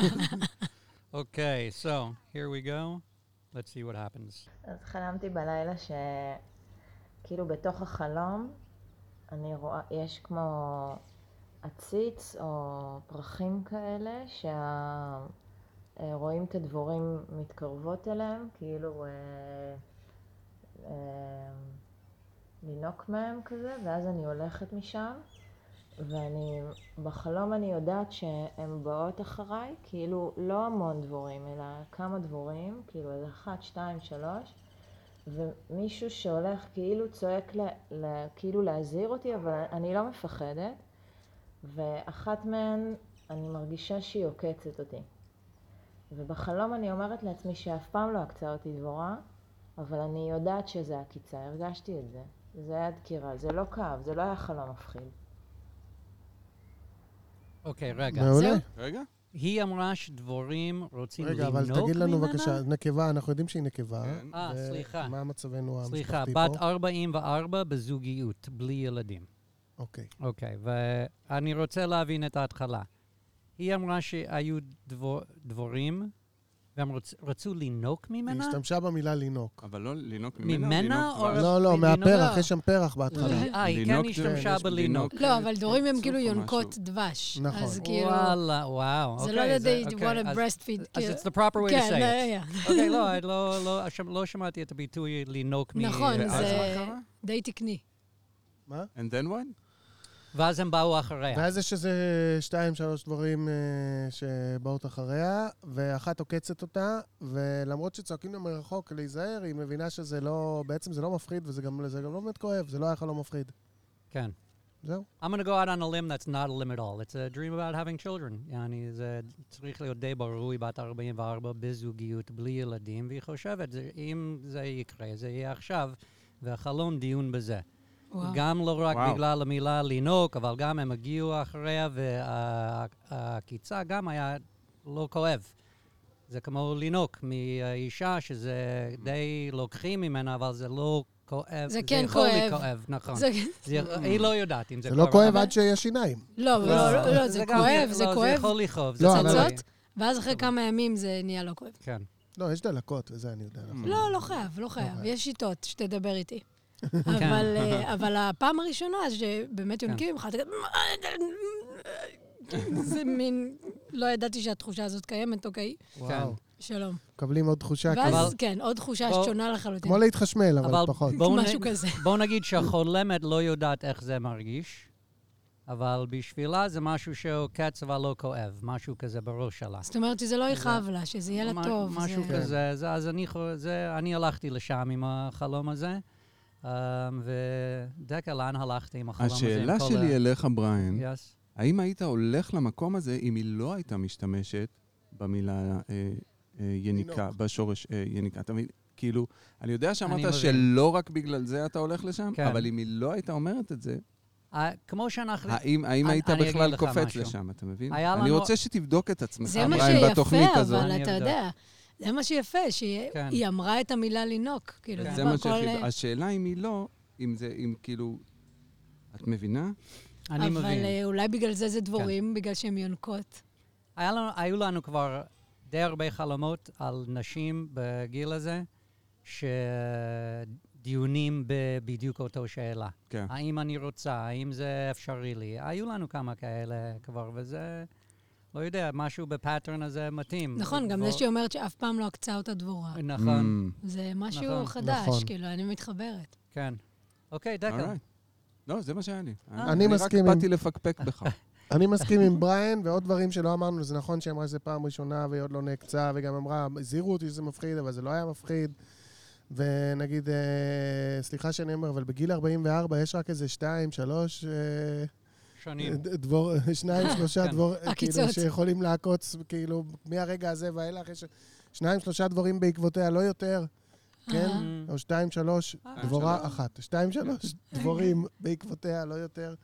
Speaker 4: Okay, so here we go. Let's see what happens.
Speaker 6: אז חלמתי בלילה שכאילו בתוך החלום אני רואה, יש כמו עציץ או פרחים כאלה שרואים את הדבורים מתקרבות אליהם, כאילו אה, אה, לינוק מהם כזה, ואז אני הולכת משם ואני, בחלום אני יודעת שהן באות אחריי, כאילו לא המון דבורים, אלא כמה דבורים, כאילו איזה אחת, שתיים, שלוש, ומישהו שהולך כאילו צועק, ל, ל, כאילו להזהיר אותי, אבל אני לא מפחדת, ואחת מהן אני מרגישה שהיא עוקצת אותי. ובחלום אני אומרת לעצמי שאף פעם לא עקצה אותי דבורה, אבל אני יודעת שזה עקיצה, הרגשתי את זה. זה היה דקירה, זה לא כאב, זה לא היה חלום מפחיד.
Speaker 4: אוקיי, רגע.
Speaker 1: מעולה.
Speaker 5: זהו.
Speaker 2: רגע.
Speaker 4: היא אמרה שדבורים רוצים
Speaker 1: רגע,
Speaker 4: לינוק
Speaker 1: אבל תגיד לנו
Speaker 4: ממנה?
Speaker 1: בבקשה, נקבה, אנחנו יודעים שהיא נקבה.
Speaker 2: כן.
Speaker 4: אה,
Speaker 1: ו-
Speaker 4: סליחה.
Speaker 1: מה מצבנו המשפחתי פה?
Speaker 4: סליחה, בת ארבעים וארבע בזוגיות, בלי ילדים.
Speaker 1: אוקיי.
Speaker 4: אוקיי, ואני רוצה להבין את ההתחלה. היא אמרה שהיו דבור, דבורים, והם רוצ, רצו לינוק
Speaker 1: היא
Speaker 4: ממנה?
Speaker 1: השתמשה במילה לינוק.
Speaker 2: אבל לא לינוק ממנה.
Speaker 4: ממנה
Speaker 2: לינוק
Speaker 4: או-
Speaker 2: דבש.
Speaker 1: לא, לא,
Speaker 4: לינוק?
Speaker 1: מהפרח,
Speaker 5: לא.
Speaker 1: יש שם פרח בהתחלה.
Speaker 4: אה, היא כן
Speaker 2: לינוק,
Speaker 4: השתמשה
Speaker 1: כן, יש
Speaker 4: בלינוק.
Speaker 5: לא, אבל דבורים הם
Speaker 2: צוף
Speaker 5: כאילו
Speaker 2: או
Speaker 5: יונקות
Speaker 2: משהו.
Speaker 5: דבש.
Speaker 1: נכון.
Speaker 5: אז כאילו,
Speaker 4: וואלה, וואו.
Speaker 5: זה
Speaker 4: אוקיי,
Speaker 5: לא they
Speaker 4: אוקיי,
Speaker 5: want to
Speaker 4: אז-
Speaker 5: breastfeed.
Speaker 4: אז
Speaker 5: כאילו.
Speaker 4: it's the proper way to
Speaker 5: כן,
Speaker 4: say
Speaker 5: לא,
Speaker 4: it.
Speaker 5: yeah.
Speaker 4: אוקיי, לא, אני לא, לא, השם- לא שמעתי את הביטוי לינוק מ...
Speaker 5: נכון,
Speaker 2: ואז
Speaker 5: זה
Speaker 2: מה קרה?
Speaker 5: די תקני.
Speaker 1: מה?
Speaker 2: And then what?
Speaker 4: ואז הם באו אחריה.
Speaker 1: ואז יש איזה שתיים, שלוש דברים אה, שבאות אחריה, ואחת עוקצת אותה, ולמרות שצועקים לה מרחוק להיזהר, היא מבינה שזה לא, בעצם זה לא מפחיד, וזה גם, זה גם לא באמת כואב, זה לא היה חלום מפחיד.
Speaker 4: כן.
Speaker 1: זהו.
Speaker 4: I'm going to go out on a limb that's not a limb at all. It's a dream about having children. יעני, זה צריך להיות די ברור, היא בת ארבעים וארבע בזוגיות, בלי ילדים, והיא חושבת, זה, אם זה יקרה, זה יהיה עכשיו, והחלום דיון בזה.
Speaker 5: וואו.
Speaker 4: גם לא רק
Speaker 2: וואו.
Speaker 4: בגלל המילה לינוק, אבל גם הם הגיעו אחריה, והקיצה גם היה לא כואב. זה כמו לינוק מאישה, שזה די לוקחים ממנה, אבל זה לא כואב.
Speaker 5: זה כן
Speaker 4: יכול לי
Speaker 5: כואב.
Speaker 4: כואב, נכון.
Speaker 5: זה-
Speaker 4: זה- היא לא יודעת אם זה
Speaker 1: זה
Speaker 4: כואב.
Speaker 1: לא כואב
Speaker 4: אבל-
Speaker 1: עד שיש שיניים.
Speaker 5: לא, לא, לא, לא, זה
Speaker 4: גם-
Speaker 5: כואב, זה
Speaker 4: לא, זה
Speaker 5: כואב,
Speaker 4: יכול לכאוב.
Speaker 1: לא,
Speaker 4: זה
Speaker 1: אבל-
Speaker 4: תלוי.
Speaker 5: צצות, ואז אחרי כמה ימים זה נהיה לא כואב.
Speaker 4: כן.
Speaker 1: לא, יש דלקות, וזה אני יודע. נכון.
Speaker 5: לא, לא חייב, לא חייב.
Speaker 1: חייב.
Speaker 5: יש שיטות שתדבר איתי. אבל, אה, אבל הפעם הראשונה שבאמת יונקים ממך, אתה כזה... זה מין... לא ידעתי שהתחושה הזאת קיימת, אוקיי?
Speaker 1: וואו.
Speaker 5: שלום.
Speaker 1: מקבלים עוד תחושה
Speaker 5: ואז,
Speaker 1: כזאת.
Speaker 5: כן, עוד תחושה
Speaker 4: בוא-
Speaker 5: שונה לחלוטין.
Speaker 1: כמו להתחשמל, אבל
Speaker 4: אבל
Speaker 1: פחות.
Speaker 4: בואו
Speaker 5: משהו
Speaker 4: נ-
Speaker 5: כזה.
Speaker 4: בואו נגיד שהחולמת לא יודעת איך זה מרגיש, אבל בשבילה זה משהו שעוקץ אבל לא כואב, משהו כזה בראש שלה.
Speaker 5: זאת אומרת שזה לא יכאב לה, שזה יהיה לה
Speaker 4: מה-
Speaker 5: טוב.
Speaker 4: משהו
Speaker 5: זה-
Speaker 4: כזה, זה, אז אני, חו- זה, אני הלכתי לשם עם החלום הזה, um, ודקה, לאן הלכתי עם החלום הזה? עם
Speaker 2: השאלה
Speaker 4: כל
Speaker 2: שלי
Speaker 4: ה-
Speaker 2: אליך, בריין,
Speaker 4: Yes.
Speaker 2: האם היית הולך למקום הזה אם היא לא הייתה משתמשת במילה אה, אה, יניקה, בשורש אה, יניקה? אתה מבין? כאילו, אני יודע
Speaker 4: אני
Speaker 2: שאמרת
Speaker 4: מבין.
Speaker 2: שלא רק בגלל זה אתה הולך לשם,
Speaker 4: כן.
Speaker 2: אבל אם היא לא הייתה אומרת את זה,
Speaker 4: אה, כמו שאנחנו...
Speaker 2: האם, האם
Speaker 4: אני-
Speaker 2: היית
Speaker 4: אני אגיד
Speaker 2: בכלל
Speaker 4: לך
Speaker 2: קופץ
Speaker 4: משהו.
Speaker 2: לשם, אתה מבין?
Speaker 4: היה
Speaker 2: אני
Speaker 4: לנו-
Speaker 2: רוצה שתבדוק את עצמך,
Speaker 5: זה מה
Speaker 2: בריין, בתוכנית
Speaker 5: שיפה,
Speaker 2: הזאת.
Speaker 5: אבל
Speaker 4: אני
Speaker 5: אתה
Speaker 4: אבדוק.
Speaker 5: יודע, זה מה שיפה, שהיא
Speaker 4: כן.
Speaker 5: היא אמרה את המילה לינוק. כאילו,
Speaker 2: זה
Speaker 5: כבר
Speaker 2: מה
Speaker 5: כל-
Speaker 2: שהכי... השאלה אם היא לא, אם זה, אם כאילו... את מבינה?
Speaker 4: אני
Speaker 5: אבל
Speaker 4: מבין.
Speaker 5: אה, אולי בגלל זה זה דבורים, בגלל שהן יונקות.
Speaker 4: היה לנו, היו לנו כבר די הרבה חלומות על נשים בגיל הזה, שדיונים בדיוק אותו שאלה.
Speaker 2: כן.
Speaker 4: האם אני רוצה, האם זה אפשרי לי? היו לנו כמה כאלה כבר, וזה, לא יודע, משהו בפאטרן הזה מתאים.
Speaker 5: נכון, גם
Speaker 4: דבור-
Speaker 5: זה שהיא אומרת שאף פעם לא עקצה אותה דבורה.
Speaker 4: נכון,
Speaker 2: Mm,
Speaker 5: זה משהו
Speaker 4: נכון.
Speaker 5: חדש,
Speaker 1: נכון.
Speaker 5: כאילו, אני מתחברת.
Speaker 4: כן. אוקיי, דקה.
Speaker 2: alright. לא, זה מה שהיה לי.
Speaker 1: אני מסכים עם-
Speaker 2: אני רק באתי לפקפק בך.
Speaker 1: אני מסכים עם בריין, ועוד דברים שלא אמרנו, זה נכון שהיא אמרה שזה פעם ראשונה והיא עוד לא נעקצה, וגם אמרה, הזהירו אותי שזה מפחיד, אבל זה לא היה מפחיד. ונגיד, אה, סליחה שאני אומר, אבל בגיל ארבעים וארבע יש רק איזה שתיים, שלוש, אה,
Speaker 4: שנים.
Speaker 1: ד- דבור, שניים, שלושה
Speaker 4: כן.
Speaker 1: דבור, כאילו,
Speaker 5: עקיצות.
Speaker 1: שיכולים לעקוץ, כאילו, מהרגע הזה ואילך, יש שניים, שלושה דברים בעקבותיה, לא יותר, כן?
Speaker 5: אה.
Speaker 1: או שתיים, שלוש,
Speaker 4: אה,
Speaker 1: דבורה
Speaker 2: שלוש.
Speaker 1: אחת. שתיים, שלוש, דבורים בעקבותיה, לא יותר.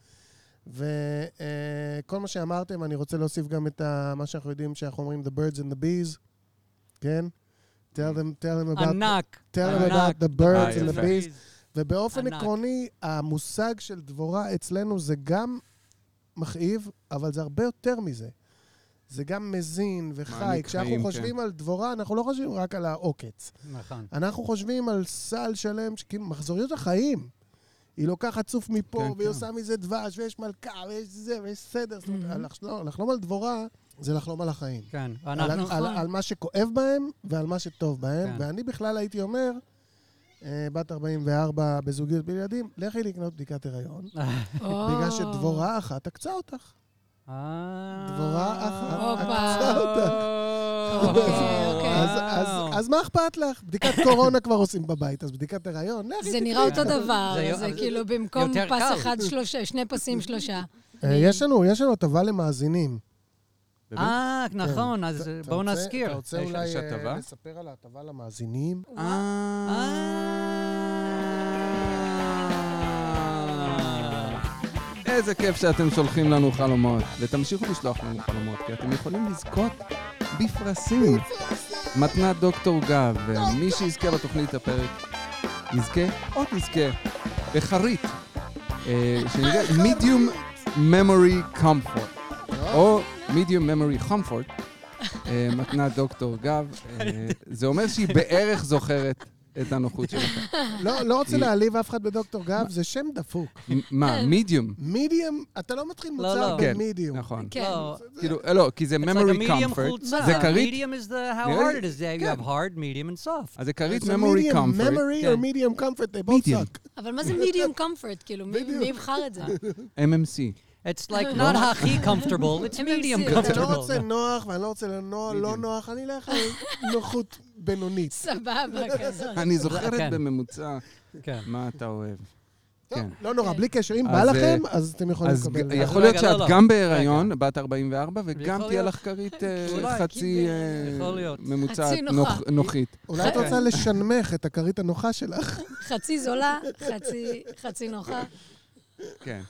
Speaker 1: וכל מה שאמרתם, אני רוצה להוסיף גם את ה- מה שאנחנו יודעים, שאנחנו אומרים, the birds and the bees, כן? tell them, tell them about,
Speaker 4: ענק.
Speaker 1: tell them
Speaker 4: ענק.
Speaker 1: about the birds
Speaker 2: אה,
Speaker 1: and the
Speaker 2: יפה.
Speaker 1: bees. ובאופן
Speaker 4: ענק.
Speaker 1: עקרוני, המושג של דבורה אצלנו זה גם מכאיב, אבל זה הרבה יותר מזה. זה גם מזין וחי.
Speaker 2: מעניק
Speaker 1: כשאנחנו
Speaker 2: חיים,
Speaker 1: חושבים על דבורה, אנחנו לא חושבים רק על העוקץ.
Speaker 4: נכון.
Speaker 1: אנחנו חושבים על סל שלם, שכאילו מחזוריות החיים. היא לוקחת צוף מפה,
Speaker 2: כן,
Speaker 1: והיא
Speaker 2: כן.
Speaker 1: עושה מזה דבש, ויש מלכה, ויש זה, ויש סדר. זאת אומרת,
Speaker 5: Mhm.
Speaker 1: לחלום- לחלום על דבורה, זה לחלום על החיים.
Speaker 4: כן.
Speaker 1: על,
Speaker 4: אנחנו...
Speaker 1: על, על מה שכואב בהם ועל מה שטוב בהם.
Speaker 4: כן.
Speaker 1: ואני בכלל הייתי אומר, אה, בת ארבעים וארבע בזוגיות בילדים, לכי לקנות בדיקת הריון, בגלל שדבורה אחת עקצה אותך.
Speaker 4: אה.
Speaker 1: דבורה אחת
Speaker 5: הופה.
Speaker 1: עקצה אותך.
Speaker 5: אוקיי, אוקיי.
Speaker 1: אז, אז, אז מה אכפת לך? בדיקת קורונה כבר עושים בבית, אז בדיקת הריון, לכי.
Speaker 5: זה נראה אותו דבר,
Speaker 4: זה-
Speaker 5: זה
Speaker 4: זה
Speaker 5: כאילו במקום
Speaker 4: יותר
Speaker 5: פס
Speaker 4: קל.
Speaker 5: אחד, שלושה, שני פסים, שלושה.
Speaker 1: אה, יש לנו, יש לנו הטבה למאזינים.
Speaker 2: באמת?
Speaker 4: אה, נכון, אז
Speaker 1: אתה- אתה
Speaker 4: בואו
Speaker 1: רוצה-
Speaker 4: נזכיר.
Speaker 1: אתה רוצה
Speaker 4: יש-
Speaker 1: אולי
Speaker 2: יש
Speaker 1: אה,
Speaker 2: הטבה?
Speaker 1: לספר על ההטבה למאזינים?
Speaker 2: אה, איזה כיף שאתם שולחים לנו חלומות, ותמשיכו לשלוח לנו חלומות, כי אתם יכולים לזכות בפרסים. מתנת דוקטור גב, ומי שיזכה בתוכנית הפרק, יזכה או תזכה בחרית, אה, שנקרא medium memory comfort, או medium memory comfort, אה, מתנת דוקטור גב. אה, זה אומר שהיא בערך זוכרת את הנוחות שלכם.
Speaker 1: לא, לא רוצה
Speaker 2: היא-
Speaker 1: להעליב אף אחד בדוקטור גב, זה שם דפוק.
Speaker 2: מ- מה, medium?
Speaker 1: מידיום, אתה לא מתחיל
Speaker 4: לא,
Speaker 1: מוצר
Speaker 4: לא.
Speaker 2: כן,
Speaker 1: במידיום.
Speaker 2: נכון.
Speaker 5: כן.
Speaker 4: לא,
Speaker 2: כאילו, לא, כי זה
Speaker 4: it's like a
Speaker 2: memory
Speaker 4: medium
Speaker 2: comfort.
Speaker 4: חולצה.
Speaker 2: זה כרית,
Speaker 4: medium is the, how
Speaker 2: נראה
Speaker 4: hard
Speaker 2: לי-
Speaker 4: it is. You
Speaker 2: כן.
Speaker 4: have hard, medium and soft.
Speaker 2: אז זה כרית
Speaker 1: It's a
Speaker 2: memory
Speaker 1: medium
Speaker 2: comfort.
Speaker 1: memory
Speaker 4: כן.
Speaker 1: or medium comfort, they both
Speaker 2: Medium.
Speaker 1: suck.
Speaker 5: אבל מה זה medium comfort? כאילו, מי
Speaker 1: בדיוק.
Speaker 5: מי יבחר את זה?
Speaker 2: M M C.
Speaker 4: It's like not הכי comfortable, it's
Speaker 5: M M C.
Speaker 4: medium
Speaker 5: אתה
Speaker 1: אני לא
Speaker 4: comfortable.
Speaker 1: רוצה נוח ואני לא רוצה לנוע, לא
Speaker 2: medium.
Speaker 1: נוח, אני אלך על נוחות בינונית.
Speaker 5: סבבה כזאת.
Speaker 2: אני
Speaker 4: כן.
Speaker 2: זוכרת בממוצע
Speaker 4: כן.
Speaker 2: מה אתה אוהב.
Speaker 1: טוב,
Speaker 2: כן.
Speaker 1: לא נורא, בלי קשר, אם
Speaker 2: אז,
Speaker 1: בא
Speaker 2: אה,
Speaker 1: לכם, אז אתם יכולים
Speaker 2: אז
Speaker 1: לקבל.
Speaker 2: ג- יכול להיות
Speaker 4: רגע, לא,
Speaker 2: שאת
Speaker 4: לא.
Speaker 2: גם בהיריון, בת ארבעים וארבע, וגם
Speaker 4: יכול
Speaker 2: תהיה
Speaker 4: להיות.
Speaker 2: לך כרית אה,
Speaker 4: אולי,
Speaker 2: חצי אה,
Speaker 4: יכול להיות.
Speaker 2: ממוצעת
Speaker 5: חצי נוחה.
Speaker 2: נוח- נוחית.
Speaker 1: אולי את רוצה לשנמך את הכרית הנוחה שלך.
Speaker 5: חצי זולה, חצי- חצי נוחה.
Speaker 2: כן.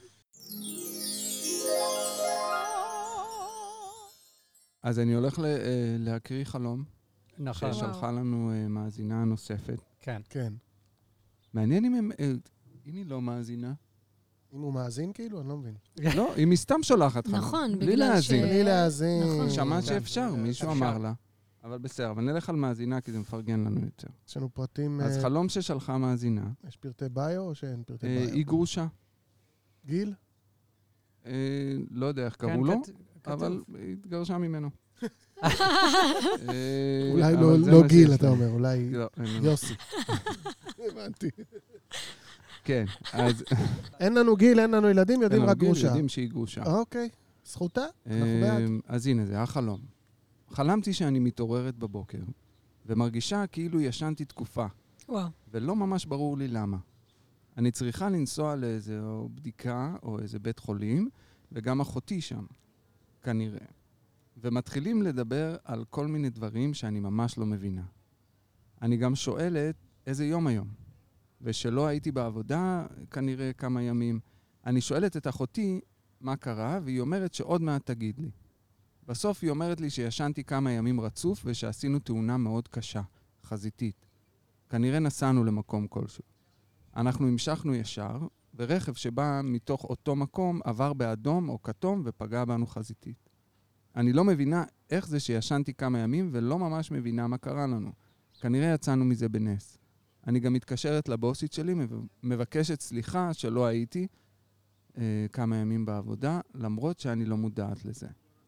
Speaker 2: אז אני הולך ל- אה, להקריא חלום,
Speaker 4: נכון.
Speaker 2: ששלחה לנו אה, מאזינה נוספת.
Speaker 4: כן.
Speaker 1: כן.
Speaker 2: מעניין אם הם... אה, אם היא לא מאזינה.
Speaker 1: אם הוא מאזין כאילו, אני לא מבין.
Speaker 2: לא, אם היא סתם שולחת לך.
Speaker 5: נכון,
Speaker 2: בלי
Speaker 5: בגלל ש...
Speaker 2: להאזין.
Speaker 1: בלי להאזין.
Speaker 5: נכון.
Speaker 2: שמע
Speaker 1: כן.
Speaker 2: שאפשר, מישהו
Speaker 4: אפשר.
Speaker 2: אמר לה. אבל בסדר, אבל נלך על מאזינה, כי זה מפרגן לנו יותר.
Speaker 1: יש לנו פרטים...
Speaker 2: אז
Speaker 1: אה,
Speaker 2: חלום ששלחה מאזינה,
Speaker 1: יש פרטי ביו או שאין פרטי
Speaker 2: אה,
Speaker 1: ביו?
Speaker 2: היא גרושה.
Speaker 1: גיל?
Speaker 2: אה, לא יודע איך
Speaker 4: כן,
Speaker 2: קראו לו,
Speaker 4: כת- כתוב.
Speaker 2: אבל היא התגרשה ממנו. אה,
Speaker 1: אולי
Speaker 2: אבל
Speaker 1: לא-
Speaker 2: זה
Speaker 1: לא
Speaker 2: מה
Speaker 1: גיל,
Speaker 2: שיש
Speaker 1: אתה
Speaker 2: לנו.
Speaker 1: אומר, אולי
Speaker 2: לא, אין לנו.
Speaker 1: יוסי. הבנתי.
Speaker 2: כן, אז...
Speaker 1: אין לנו גיל, אין לנו ילדים, יודעים
Speaker 2: אין
Speaker 1: רק
Speaker 2: לנו גיל,
Speaker 1: גרושה.
Speaker 2: יודעים שהיא גרושה.
Speaker 1: אוקיי, זכותה, אנחנו בעד.
Speaker 2: אמ, אז הנה, זה היה חלום. חלמתי שאני מתעוררת בבוקר, ומרגישה כאילו ישנתי תקופה,
Speaker 5: וואו.
Speaker 2: ולא ממש ברור לי למה. אני צריכה לנסוע לאיזו בדיקה או איזה בית חולים, וגם אחותי שם, כנראה. ומתחילים לדבר על כל מיני דברים שאני ממש לא מבינה. אני גם שואלת איזה יום היום, ושלא הייתי בעבודה כנראה כמה ימים. אני שואלת את אחותי מה קרה, והיא אומרת שעוד מעט תגיד לי. בסוף היא אומרת לי שישנתי כמה ימים רצוף ושעשינו תאונה מאוד קשה, חזיתית. כנראה נסענו למקום כלשהו. אנחנו המשכנו ישר, ורכב שבא מתוך אותו מקום עבר באדום או כתום ופגע בנו חזיתית. אני לא מבינה איך זה שישנתי כמה ימים ולא ממש מבינה מה קרה לנו. כנראה יצאנו מזה בנס. אני גם מתקשרת לבוסית שלי, מבקשת סליחה שלא הייתי אה, כמה ימים בעבודה, למרות שאני לא מודעת לזה.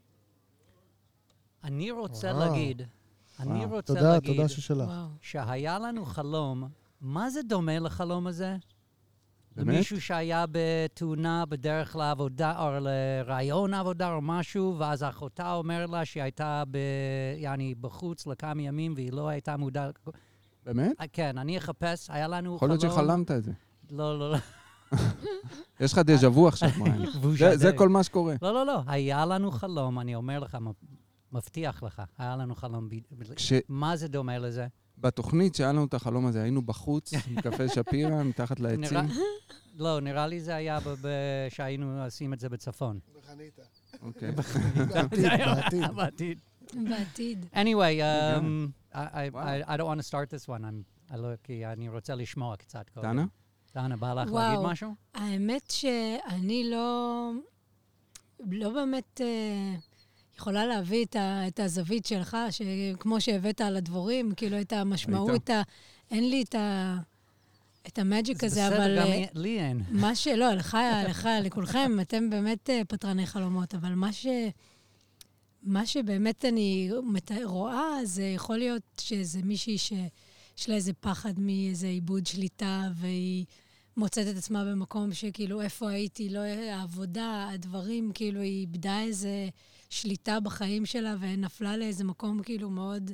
Speaker 4: אני רוצה
Speaker 1: וואו.
Speaker 4: להגיד, אני
Speaker 2: וואו.
Speaker 4: רוצה
Speaker 1: תודה,
Speaker 4: להגיד
Speaker 1: תודה ששלח.
Speaker 5: וואו.
Speaker 4: שהיה לנו חלום, מה זה דומה לחלום הזה?
Speaker 2: באמת?
Speaker 4: למישהו שהיה בתאונה בדרך לעבודה, או לרעיון עבודה או משהו, ואז אחותה אומר לה שהיא הייתה ב... יעני, בחוץ לכמה ימים והיא לא הייתה מודעת.
Speaker 2: באמת?
Speaker 4: כן, אני אחפש, היה לנו
Speaker 2: יכול
Speaker 4: חלום...
Speaker 2: להיות שחלמת את זה.
Speaker 4: לא, לא, לא.
Speaker 2: יש לך דז'ה וו עכשיו, בריין. זה- זה כל מה שקורה.
Speaker 4: לא, לא, לא. היה לנו חלום, אני אומר לך, מ- מבטיח לך, היה לנו חלום. ב-
Speaker 2: כש-
Speaker 4: מה זה דומה לזה?
Speaker 2: בתוכנית שהיה לנו את החלום הזה, היינו בחוץ, מקפה שפירא, מתחת לעצים.
Speaker 4: נראה- לא, נראה לי זה היה ב- ב- שהיינו עושים את זה בצפון.
Speaker 1: בחניתה.
Speaker 2: אוקיי.
Speaker 1: בעתיד, בעתיד.
Speaker 4: בעתיד.
Speaker 5: בעתיד.
Speaker 4: Anyway, um, I, I,
Speaker 2: וואו.
Speaker 4: I, I don't want to start this one. I'm, I לא, כי אני רוצה לשמוע קצת קודם.
Speaker 2: דנה?
Speaker 4: דנה, בא לך
Speaker 5: וואו.
Speaker 4: להגיד משהו?
Speaker 5: האמת שאני לא... לא באמת אה, יכולה להביא את, ה, את הזווית שלך, שכמו שהבאת על הדבורים, כאילו את המשמעות, ה, אין לי את, ה, את המאג'יק הזה,
Speaker 4: בסדר,
Speaker 5: אבל...
Speaker 4: גם
Speaker 5: אה,
Speaker 4: לי אין.
Speaker 5: מה ש... לא, לך, לך, לכולכם, אתם באמת אה, פטרני חלומות, אבל מה ש... מה שבאמת אני מת- רואה, זה יכול להיות שזה מישהי שיש לה איזה פחד מאיזה איבוד שליטה, והיא מוצאת את עצמה במקום שכאילו, איפה הייתי, לא העבודה, הדברים, כאילו, היא איבדה איזה שליטה בחיים שלה, ונפלה לאיזה מקום כאילו מאוד...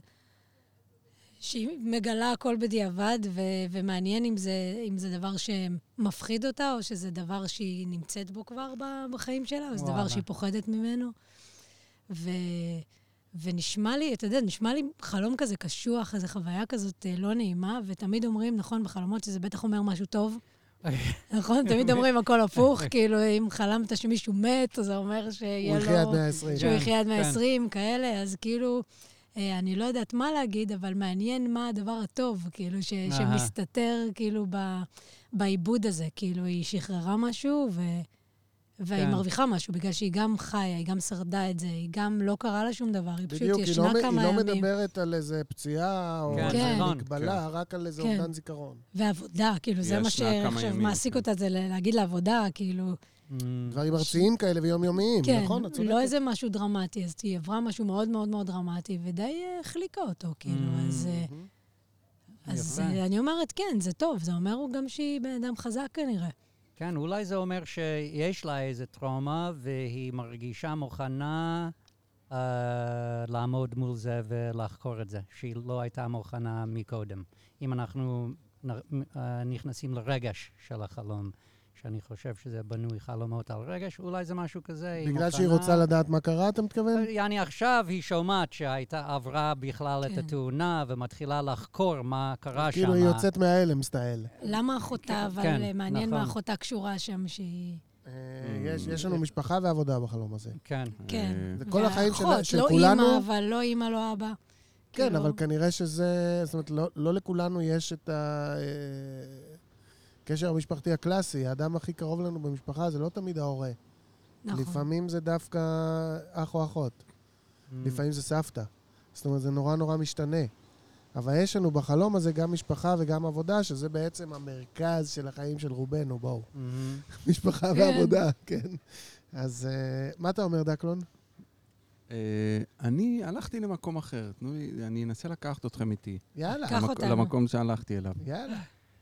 Speaker 5: שהיא מגלה הכל בדיעבד, ו- ומעניין אם זה, אם זה דבר שמפחיד אותה, או שזה דבר שהיא נמצאת בו כבר ב- בחיים שלה, או זה דבר
Speaker 4: וואלה.
Speaker 5: שהיא פוחדת ממנו. ו... ונשמע לי, אתה יודע, נשמע לי חלום כזה קשוח, איזו חוויה כזאת אה, לא נעימה, ותמיד אומרים, נכון, בחלומות שזה בטח אומר משהו טוב. נכון? תמיד אומרים הכל הפוך, כאילו, אם חלמת שמישהו מת, אז זה אומר שיהיה
Speaker 1: הוא
Speaker 5: לו...
Speaker 1: יחיה עד מאה ועשרים.
Speaker 5: שהוא
Speaker 4: כן,
Speaker 5: יחיה עד
Speaker 4: כן.
Speaker 5: מאה ועשרים, כאלה, אז כאילו, אה, אני לא יודעת מה להגיד, אבל מעניין מה הדבר הטוב, כאילו, ש-
Speaker 4: אהה.
Speaker 5: שמסתתר, כאילו, ב- בעיבוד הזה. כאילו, היא שחררה משהו, ו... והיא
Speaker 4: כן.
Speaker 5: מרוויחה משהו, בגלל שהיא גם חיה, היא גם שרדה את זה, היא גם לא קרה לה שום דבר, היא פשוט
Speaker 1: בדיוק, היא
Speaker 5: ישנה
Speaker 1: לא,
Speaker 5: כמה
Speaker 1: היא לא
Speaker 5: ימים.
Speaker 1: מדברת על איזה פציעה או
Speaker 4: כן,
Speaker 1: איזה
Speaker 4: נכון.
Speaker 1: מגבלה, רק על איזה
Speaker 5: כן.
Speaker 1: אובדן זיכרון.
Speaker 5: ועבודה, כאילו, זה
Speaker 2: היא
Speaker 5: מה
Speaker 2: ישנה כמה
Speaker 5: שעכשיו
Speaker 2: ימים,
Speaker 5: מעסיק
Speaker 2: כן.
Speaker 5: אותה, זה ל- להגיד לעבודה, כאילו,
Speaker 4: Mm,
Speaker 1: דברים ארציים כאלה ויומיומיים,
Speaker 5: כן,
Speaker 1: נכון? את צודקת.
Speaker 5: לא איזה משהו דרמטי, אז היא עברה משהו מאוד מאוד מאוד דרמטי, ודי אה, החליקה אותו, כאילו,
Speaker 4: Mm.
Speaker 5: אז... אה, אז
Speaker 4: יפה.
Speaker 5: אה, אני אומרת, כן, זה טוב, זה אומר הוא גם שהיא בן אדם חזק כנראה.
Speaker 4: כן, אולי זה אומר שיש לה איזה טראומה, והיא מרגישה מוכנה uh, לעמוד מול זה ולחקור את זה, שהיא לא הייתה מוכנה מקודם. אם אנחנו נ, uh, נכנסים לרגש של החלום, שאני חושב שזה בנוי חלומות על רגש, אולי זה משהו כזה. היא
Speaker 1: בגלל
Speaker 4: מוכנה-
Speaker 1: שהיא רוצה לדעת מה קרה, אתה מתכוון?
Speaker 4: יעני עכשיו היא שומעת שהייתה עברה בכלל את
Speaker 5: כן.
Speaker 4: התאונה, ומתחילה לחקור מה קרה שם.
Speaker 1: כאילו היא יוצאת מההלם סטייל.
Speaker 5: למה אחותה, אבל
Speaker 4: כן,
Speaker 5: אה, מעניין מה
Speaker 4: נכון.
Speaker 5: אחותה קשורה שם שהיא...
Speaker 1: אה, יש יש לנו משפחה ועבודה בחלום הזה.
Speaker 4: כן.
Speaker 5: כן.
Speaker 2: אה,
Speaker 1: זה כל החיים של-
Speaker 5: והאחות,
Speaker 1: של
Speaker 5: לא
Speaker 1: כולנו.
Speaker 5: אימא, אבל לא אימא, לא אבא.
Speaker 1: כן,
Speaker 5: כאילו,
Speaker 1: אבל כנראה שזה... זאת אומרת, לא- לא לכולנו יש את ה... אה, הקשר המשפחתי הקלאסי, האדם הכי קרוב לנו במשפחה, זה לא תמיד ההורה.
Speaker 5: נכון.
Speaker 1: לפעמים זה דווקא אח או אחות. לפעמים זה סבתא. זאת אומרת, זה נורא נורא משתנה. אבל יש לנו בחלום הזה גם משפחה וגם עבודה, שזה בעצם המרכז של החיים של רובנו, בואו. משפחה ועבודה, כן. אז מה אתה אומר, דקלון?
Speaker 2: אני הלכתי למקום אחר. תנו לי, אני אנסה לקחת אתכם איתי.
Speaker 1: יאללה.
Speaker 5: קח אותנו.
Speaker 2: למקום שהלכתי אליו.
Speaker 1: יאללה.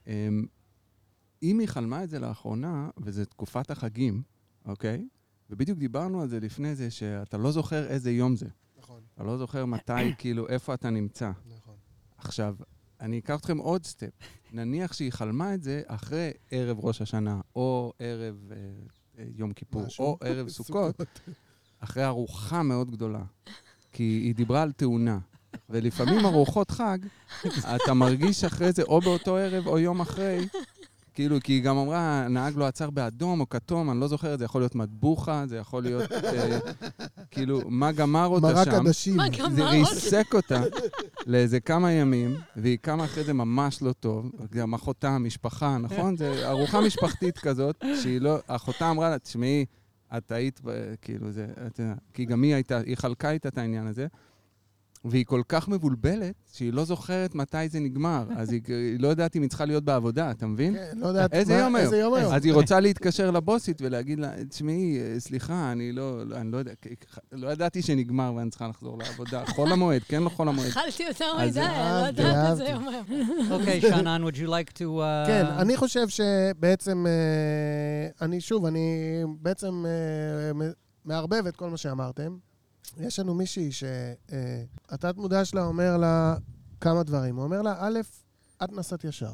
Speaker 2: אם היא חלמה את זה לאחרונה, וזה תקופת החגים, אוקיי? ובדיוק דיברנו על זה לפני זה, שאתה לא זוכר איזה יום זה.
Speaker 1: נכון.
Speaker 2: אתה לא זוכר מתי, כאילו, איפה אתה נמצא.
Speaker 1: נכון.
Speaker 2: עכשיו, אני אקח אתכם עוד סטפ. נניח שהיא חלמה את זה אחרי ערב ראש השנה, או ערב אה, אה, יום כיפור,
Speaker 1: משהו.
Speaker 2: או ערב סוכות, אחרי ארוחה מאוד גדולה. כי היא דיברה על תאונה. ולפעמים ארוחות חג, אתה מרגיש אחרי זה, או באותו ערב, או יום אחרי, כאילו, כי היא גם אמרה, הנהג לא עצר באדום או כתום, אני לא זוכר, זה יכול להיות מטבוחה, זה יכול להיות, אה, כאילו, מה גמר אותה
Speaker 1: מרק
Speaker 2: שם.
Speaker 1: עדשים.
Speaker 5: מה גמר
Speaker 2: זה
Speaker 5: אותה?
Speaker 2: ריסק אותה לאיזה כמה ימים, והיא קמה אחרי זה ממש לא טוב. גם אחותה, המשפחה, נכון? זה ארוחה משפחתית כזאת, שהיא לא, אחותה אמרה לה, תשמעי, את היית, כאילו, זה, את, כי גם היא הייתה, היא חלקה איתה את העניין הזה, והיא כל כך מבולבלת, שהיא לא זוכרת מתי זה נגמר. אז היא, היא לא יודעת אם היא צריכה להיות בעבודה, אתה מבין?
Speaker 1: כן, לא יודעת.
Speaker 2: איזה
Speaker 1: מה-
Speaker 2: יום היום?
Speaker 1: איזה יום היום?
Speaker 2: אז היא רוצה להתקשר לבוסית ולהגיד לה, תשמעי, סליחה, אני לא, אני לא יודע, לא ידעתי שנגמר ואני צריכה לחזור לעבודה. חול המועד, כן לא חול המועד.
Speaker 5: אכלתי יותר
Speaker 2: אז
Speaker 5: מדי, אני לא
Speaker 1: אהבתי,
Speaker 5: יודעת איזה
Speaker 1: אהבתי.
Speaker 5: יום היום.
Speaker 4: אוקיי, שאנן, would you like to... uh,
Speaker 1: כן, אני חושב שבעצם, אה, אני שוב, אני בעצם אה, מ- מערבב את כל מה שאמרתם. יש לנו מישהי שהתת מודע שלה אומר לה כמה דברים. הוא אומר לה, א', את נסעת ישר.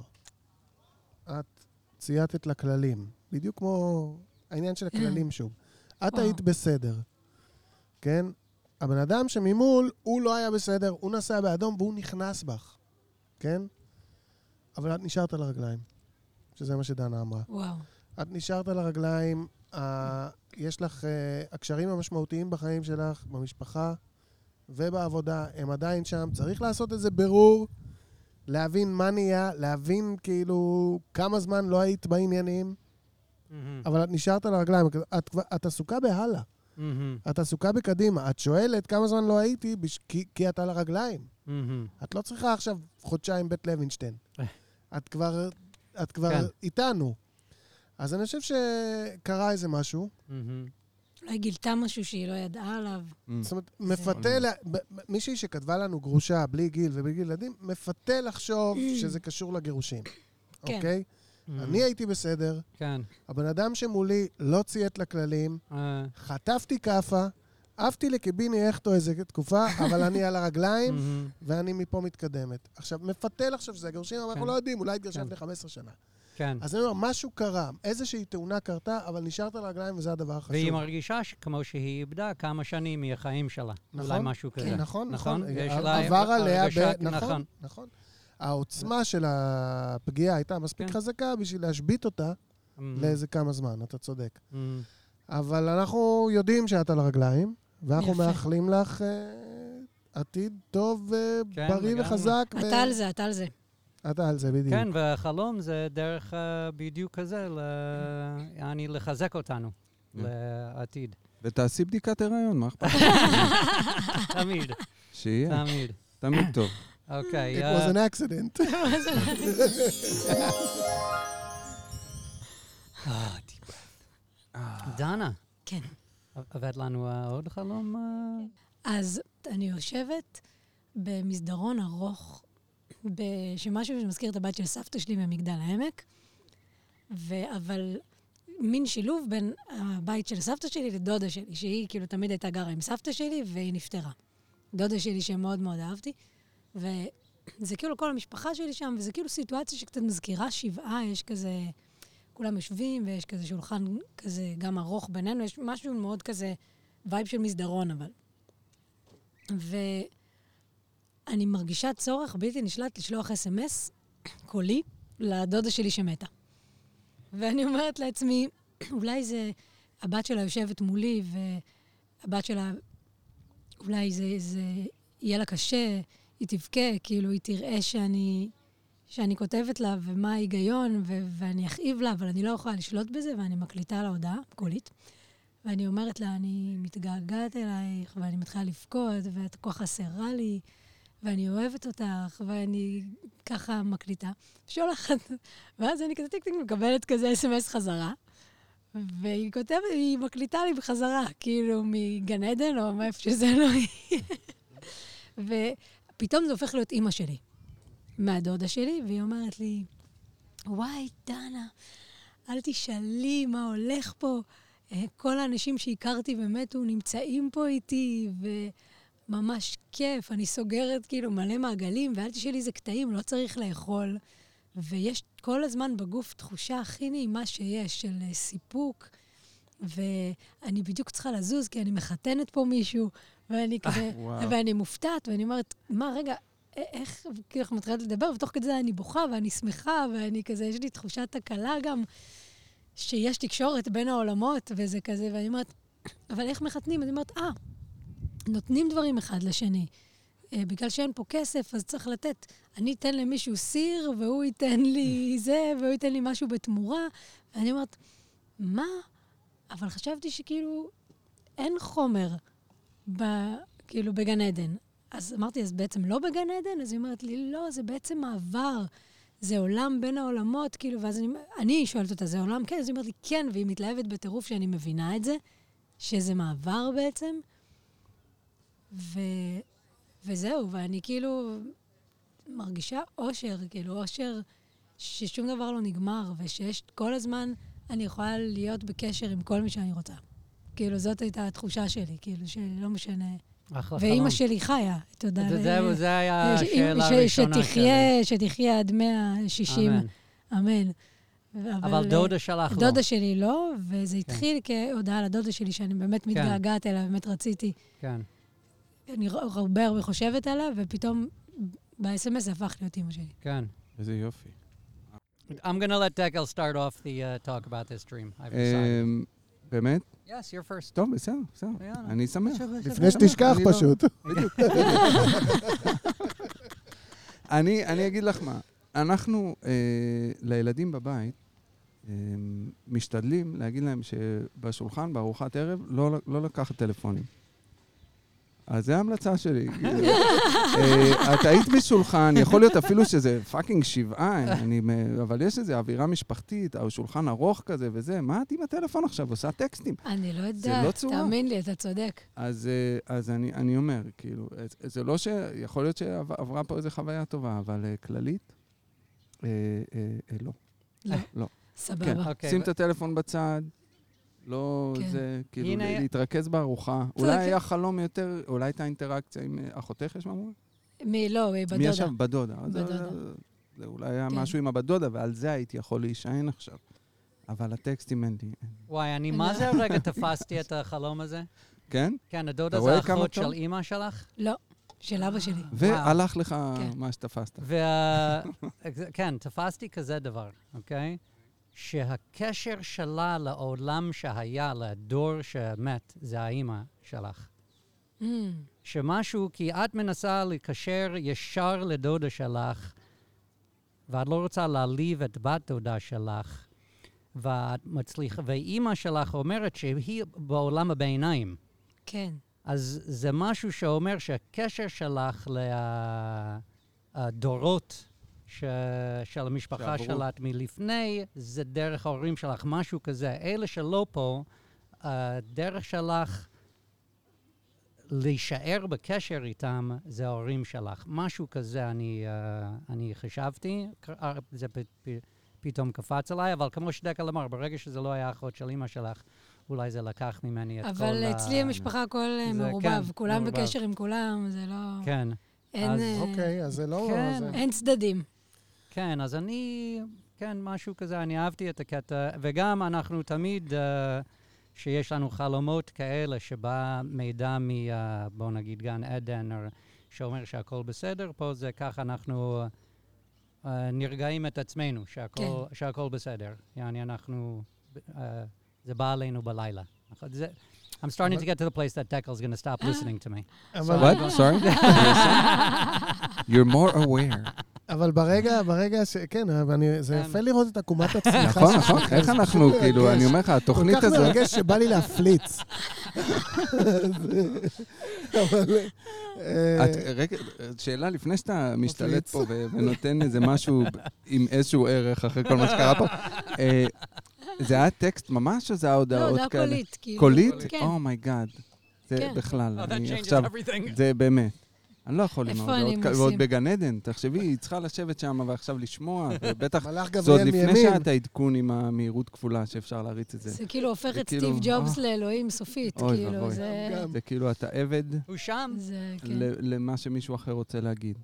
Speaker 1: את צייתת לכללים. בדיוק כמו העניין של הכללים שוב. את
Speaker 5: וואו.
Speaker 1: היית בסדר, כן? הבן אדם שממול, הוא לא היה בסדר, הוא נסע באדום והוא נכנס בך, כן? אבל את נשארת על הרגליים, שזה מה שדנה אמרה.
Speaker 5: וואו.
Speaker 1: את נשארת על הרגליים, ה- יש לך, uh, הקשרים המשמעותיים בחיים שלך, במשפחה ובעבודה, הם עדיין שם. צריך לעשות איזה בירור, להבין מה נהיה, להבין כאילו כמה זמן לא היית בעניינים,
Speaker 4: מהמם,
Speaker 1: אבל את נשארת על הרגליים. את, כבר- את עסוקה בהלאה,
Speaker 4: מהמם,
Speaker 1: את עסוקה בקדימה. את שואלת כמה זמן לא הייתי, בש... כי, כי את על הרגליים.
Speaker 4: מהמם.
Speaker 1: את לא צריכה עכשיו חודשיים בית לוינשטיין. את כבר, את כבר
Speaker 4: כן.
Speaker 1: איתנו. אז אני חושב שקרה איזה משהו.
Speaker 4: מהמם.
Speaker 5: אולי גילתה משהו שהיא לא ידעה עליו.
Speaker 1: זאת אומרת, מפתה, לה- ב- ב- מישהי שכתבה לנו גרושה בלי גיל ובלי גיל ילדים, מפתה לחשוב שזה קשור לגירושים.
Speaker 5: כן.
Speaker 1: אוקיי? אני הייתי בסדר,
Speaker 4: כן.
Speaker 1: הבן אדם שמולי לא ציית לכללים,
Speaker 4: אה,
Speaker 1: חטפתי כאפה, עפתי לקיביני אכטו איזה תקופה, אבל אני על הרגליים,
Speaker 4: מהמם.
Speaker 1: ואני מפה מתקדמת. עכשיו, מפתה לחשוב שזה הגירושים, אבל אנחנו
Speaker 4: כן.
Speaker 1: לא יודעים, אולי התגרשה
Speaker 4: כן.
Speaker 1: לפני חמש עשרה שנה.
Speaker 4: כן.
Speaker 1: אז אני אומר, משהו קרה, איזושהי תאונה קרתה, אבל נשארת על הרגליים וזה הדבר החשוב.
Speaker 4: והיא מרגישה ש- כמו שהיא איבדה כמה שנים מהחיים שלה.
Speaker 1: נכון.
Speaker 4: אולי משהו כזה.
Speaker 1: נכון, נכון.
Speaker 4: נכון? יש
Speaker 1: ע-
Speaker 4: לה
Speaker 1: עבר עליה,
Speaker 4: הרגשה-
Speaker 1: ב- נכון,
Speaker 4: נכון.
Speaker 1: נכון. העוצמה של הפגיעה הייתה מספיק
Speaker 4: כן.
Speaker 1: חזקה בשביל להשבית אותה
Speaker 4: מהמם,
Speaker 1: לאיזה כמה זמן, אתה צודק.
Speaker 4: מהמם.
Speaker 1: אבל אנחנו יודעים שאת על הרגליים, ואנחנו
Speaker 5: יפה.
Speaker 1: מאחלים לך אה, עתיד טוב, אה,
Speaker 4: כן,
Speaker 1: בריא
Speaker 4: לגמרי.
Speaker 1: וחזק. ו-
Speaker 5: אתה על זה, אתה על זה.
Speaker 1: אתה על זה, בדיוק.
Speaker 4: כן, והחלום זה דרך אה, בדיוק כזה, ל- יעני לחזק אותנו
Speaker 2: כן.
Speaker 4: לעתיד.
Speaker 2: ותעשי בדיקת הריון, מה אכפת?
Speaker 4: תמיד,
Speaker 2: שיהיה,
Speaker 4: תמיד.
Speaker 2: תמיד טוב.
Speaker 4: אוקיי.
Speaker 1: It
Speaker 4: אה,
Speaker 1: was an accident.
Speaker 4: אה, deep breath. דנה,
Speaker 5: כן.
Speaker 4: הבאת לנו אה, עוד חלום? אה?
Speaker 5: אז אני יושבת במסדרון ארוך, ב- שמשהו שמזכיר את הבת של סבתא שלי ממגדל העמק, ו- אבל מין שילוב בין הבית של סבתא שלי לדודה שלי, שהיא כאילו תמיד הייתה גרה עם סבתא שלי, והיא נפטרה. דודה שלי שמאוד מאוד אהבתי, וזה כאילו כל המשפחה שלי שם, וזה כאילו סיטואציה שקצת מזכירה שבעה, יש כזה, כולם יושבים, ויש כזה שולחן כזה גם ארוך בינינו, יש משהו מאוד כזה, וייב של מסדרון אבל. ואני מרגישה צורך בלתי נשלט לשלוח אס אם אס קולי לדודה שלי שמתה. ואני אומרת לעצמי, אולי זה, הבת שלה יושבת מולי, והבת שלה, אולי זה, זה יהיה לה קשה, היא תבכה, כאילו היא תראה שאני, שאני כותבת לה ומה ההיגיון, ו- ואני אכאיב לה, אבל אני לא יכולה לשלוט בזה, ואני מקליטה לה הודעה קולית. ואני אומרת לה, אני מתגעגעת אלייך, ואני מתחילה לבכות, ואת כל כך חסרה לי, ואני אוהבת אותך, ואני ככה מקליטה. שולחת, ואז אני כזה טיק טיק מקבלת כזה אס אם אס חזרה, והיא כותבת, היא מקליטה לי בחזרה, כאילו מגן עדן, או מאיפה שזה לא יהיה. ופתאום זה הופך להיות אימא שלי, מהדודה שלי, והיא אומרת לי, וואי, דנה, אל תשאלי מה הולך פה. כל האנשים שהכרתי ומתו נמצאים פה איתי, וממש כיף. אני סוגרת כאילו מלא מעגלים, ואל תשאלי זה קטעים, לא צריך לאכול. ויש כל הזמן בגוף תחושה הכי נעימה שיש של סיפוק, ואני בדיוק צריכה לזוז, כי אני מחתנת פה מישהו, ואני כזה, ואני מופתעת, ואני אומרת, מה, רגע, איך, כאילו, אנחנו מתחילות לדבר, ותוך כדי זה אני בוכה, ואני שמחה, ואני כזה, יש לי תחושת הקלה גם, שיש תקשורת בין העולמות, וזה כזה, ואני אומרת, אבל איך מחתנים? אני אומרת, אה, נותנים דברים אחד לשני. בגלל שאין פה כסף, אז צריך לתת, אני אתן למישהו סיר, והוא ייתן לי זה, והוא ייתן לי משהו בתמורה. ואני אומרת, מה? אבל חשבתי שכאילו אין חומר ב, כאילו בגן עדן. אז אמרתי, אז בעצם לא בגן עדן? אז היא אומרת לי, לא, זה בעצם מעבר. זה עולם בין העולמות, כאילו, ואז אני, אני שואלת אותה, זה עולם? כן, אז היא אומרת לי, כן, והיא מתלהבת בטירוף שאני מבינה את זה, שזה מעבר בעצם. ו... וזהו, ואני כאילו מרגישה אושר, כאילו אושר ששום דבר לא נגמר, ושיש כל הזמן, אני יכולה להיות בקשר עם כל מי שאני רוצה. כאילו, זאת הייתה התחושה שלי, כאילו, שלא משנה.
Speaker 4: אחלה
Speaker 5: ואימא
Speaker 4: חלום.
Speaker 5: שלי חיה, תודה.
Speaker 4: זהו, זה היה השאלה הראשונה שלי.
Speaker 5: שתחיה, שתחיה עד מאה ושישים.
Speaker 4: אמן.
Speaker 5: אמן.
Speaker 4: אבל דודה שלך לא.
Speaker 5: דודה שלי לא, וזה התחיל כהודעה לדודה שלי, שאני באמת מתגעגעת אליה, באמת רציתי.
Speaker 4: כן.
Speaker 5: אני הרבה הרבה חושבת עליו, ופתאום ב-אס אם אס זה הפך להיות אמא שלי.
Speaker 4: כן.
Speaker 2: איזה יופי.
Speaker 4: I'm going to let Dekel start off the uh, talk about this dream. I've decided.
Speaker 2: באמת?
Speaker 4: Yes, you're first.
Speaker 2: טוב, בסדר, בסדר. אני שמח.
Speaker 1: לפני שתשכח פשוט.
Speaker 2: בדיוק. אני אגיד לך מה. אנחנו, לילדים בבית, משתדלים להגיד להם שבשולחן, בארוחת ערב, לא לקחת טלפונים. אז זו ההמלצה שלי. את היית בשולחן, יכול להיות אפילו שזה פאקינג שבעה, אבל יש איזו אווירה משפחתית, או שולחן ארוך כזה וזה, מה את עם הטלפון עכשיו? עושה טקסטים.
Speaker 5: אני לא יודעת, תאמין לי, אתה צודק.
Speaker 2: אז אני אומר, כאילו, זה לא ש... יכול להיות שעברה פה איזו חוויה טובה, אבל כללית, לא.
Speaker 5: לא.
Speaker 2: לא.
Speaker 5: סבבה.
Speaker 2: שים את הטלפון בצד. לא זה, כאילו, להתרכז בארוחה. אולי היה חלום יותר, אולי הייתה אינטראקציה עם אחותך, יש מה אומרים?
Speaker 5: מי לא, בדודה.
Speaker 2: מי ישב? בדודה.
Speaker 5: בדודה.
Speaker 2: זה אולי היה משהו עם הבדודה, ועל זה הייתי יכול להישען עכשיו. אבל הטקסטים אין לי.
Speaker 4: וואי, אני מה זה רגע תפסתי את החלום הזה?
Speaker 2: כן?
Speaker 4: כן, הדודה זה אחות של אימא שלך?
Speaker 5: לא, של אבא שלי.
Speaker 2: והלך לך מה שתפסת.
Speaker 4: כן, תפסתי כזה דבר, אוקיי? שהקשר שלה לעולם שהיה, לדור שמת, זה האמא שלך.
Speaker 5: Mm.
Speaker 4: שמשהו, כי את מנסה לקשר ישר לדודה שלך, ואת לא רוצה להעליב את בת דודה שלך, ואת מצליחה, ואימא שלך אומרת שהיא בעולם הביניים.
Speaker 5: כן.
Speaker 4: אז זה משהו שאומר שהקשר שלך לדורות, ש... של המשפחה שלך מלפני, זה דרך ההורים שלך, משהו כזה. אלה שלא פה, הדרך שלך להישאר בקשר איתם, זה ההורים שלך. משהו כזה אני, uh, אני חשבתי, זה פ... פ... פתאום קפץ עליי, אבל כמו שדקל אמר, ברגע שזה לא היה אחות של אמא שלך, אולי זה לקח ממני את כל ה...
Speaker 5: אבל אצלי המשפחה הכל מרובב, כולם בקשר עם כולם, זה לא...
Speaker 4: כן.
Speaker 1: אוקיי, אז זה לא...
Speaker 5: אין צדדים.
Speaker 4: כן, אז אני, כן, משהו כזה, אני אהבתי את הקטע, וגם אנחנו תמיד, uh, שיש לנו חלומות כאלה, שבא מידע מ, uh, בוא נגיד, גן עדן, או שאומר שהכל בסדר, פה זה ככה אנחנו uh, נרגעים את עצמנו, שהכל, כן. שהכל בסדר. יעני, אנחנו, uh, זה בא עלינו בלילה. זה, I'm starting to get to the place that Dekel's going to stop listening to me.
Speaker 2: What? Sorry? You're more aware.
Speaker 1: אבל ברגע, ברגע ש... כן, אבל אני- זה יפה לראות את עקומת הצמיחה.
Speaker 2: נכון, נכון, איך אנחנו, כאילו, אני אומר לך,
Speaker 1: כל
Speaker 2: התוכנית
Speaker 1: כך
Speaker 2: הזאת...
Speaker 1: מרגש שבא לי להפליץ. אבל, אה,
Speaker 2: את- רגע, שאלה, לפני שאתה משתלט
Speaker 1: מפליץ.
Speaker 2: פה ו- ונותן איזה משהו עם איזשהו ערך אחרי כל מה שקרה פה, אה, זה היה טקסט ממש או זה היה
Speaker 5: לא,
Speaker 2: הודעות
Speaker 5: זה היה
Speaker 2: כאלה?
Speaker 5: קולית, כאילו.
Speaker 2: קולית?
Speaker 5: כן.
Speaker 2: אומייגאד. זה
Speaker 5: כן.
Speaker 2: בכלל,
Speaker 4: Oh, that
Speaker 2: אני
Speaker 4: changes
Speaker 2: עכשיו...
Speaker 4: everything.
Speaker 2: זה באמת. אני לא יכול עם
Speaker 5: איפה
Speaker 2: ההודעות
Speaker 5: אני
Speaker 2: כאלה,
Speaker 5: עושים?
Speaker 2: ועוד בגן עדן, תחשבי, היא צריכה לשבת שם ועכשיו לשמוע, ובטח...
Speaker 1: מלאך
Speaker 2: זה עוד
Speaker 1: גבריאל
Speaker 2: לפני
Speaker 1: מימין.
Speaker 2: שהיה את העדכון עם המהירות כפולה שאפשר להריץ את זה.
Speaker 5: זה כאילו הופך
Speaker 2: זה
Speaker 5: את
Speaker 2: כאילו,
Speaker 5: סטיב ג'ובס
Speaker 2: אה.
Speaker 5: לאלוהים סופית,
Speaker 2: אוי
Speaker 5: כאילו,
Speaker 2: ואבוי.
Speaker 5: זה...
Speaker 1: גם.
Speaker 2: זה כאילו אתה עבד
Speaker 4: הוא שם.
Speaker 5: זה, כן.
Speaker 2: ל- למה שמישהו אחר רוצה להגיד.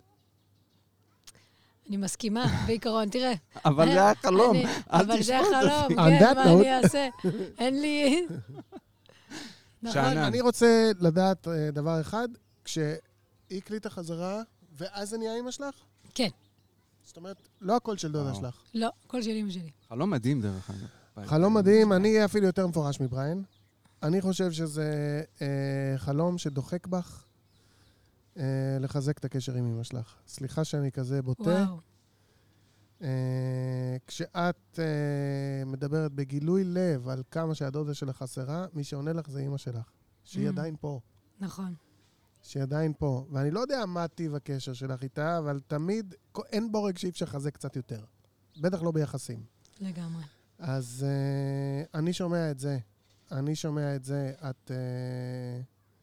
Speaker 5: אני מסכימה, בעיקרון, תראה.
Speaker 2: אבל זה היה חלום,
Speaker 5: אני-
Speaker 2: אל
Speaker 5: אבל זה
Speaker 2: תשמור את
Speaker 5: החלום,
Speaker 2: עצמי.
Speaker 1: On
Speaker 5: כן,
Speaker 1: that
Speaker 5: מה
Speaker 1: note-
Speaker 5: אני אעשה? אין לי... נכון.
Speaker 2: שאנן.
Speaker 1: אני רוצה לדעת אה, דבר אחד, כשהיא הקליטה חזרה, ואז זה נהיה אמא שלך?
Speaker 5: כן.
Speaker 1: זאת אומרת, לא הכל של דודה
Speaker 2: וואו.
Speaker 1: שלך.
Speaker 5: לא, קול של אמא שלי.
Speaker 2: חלום מדהים דרך אגב.
Speaker 1: חלום מדהים, אני אהיה אפילו יותר מפורש מבריין. אני חושב שזה אה, חלום שדוחק בך אה, לחזק את הקשר עם אמא שלך. סליחה שאני כזה בוטה.
Speaker 5: וואו.
Speaker 1: אה, כשאת אה, מדברת בגילוי לב על כמה שהדודה שלך חסרה, מי שעונה לך זה אמא שלך. שהיא
Speaker 5: Mm.
Speaker 1: עדיין פה.
Speaker 5: נכון.
Speaker 1: שהיא עדיין פה. ואני לא יודע מה טיב הקשר שלך איתה, אבל תמיד אין בורג שאי אפשר לחזק קצת יותר. בטח לא ביחסים.
Speaker 5: לגמרי.
Speaker 1: אז uh, אני שומע את זה. אני שומע את זה. את, uh,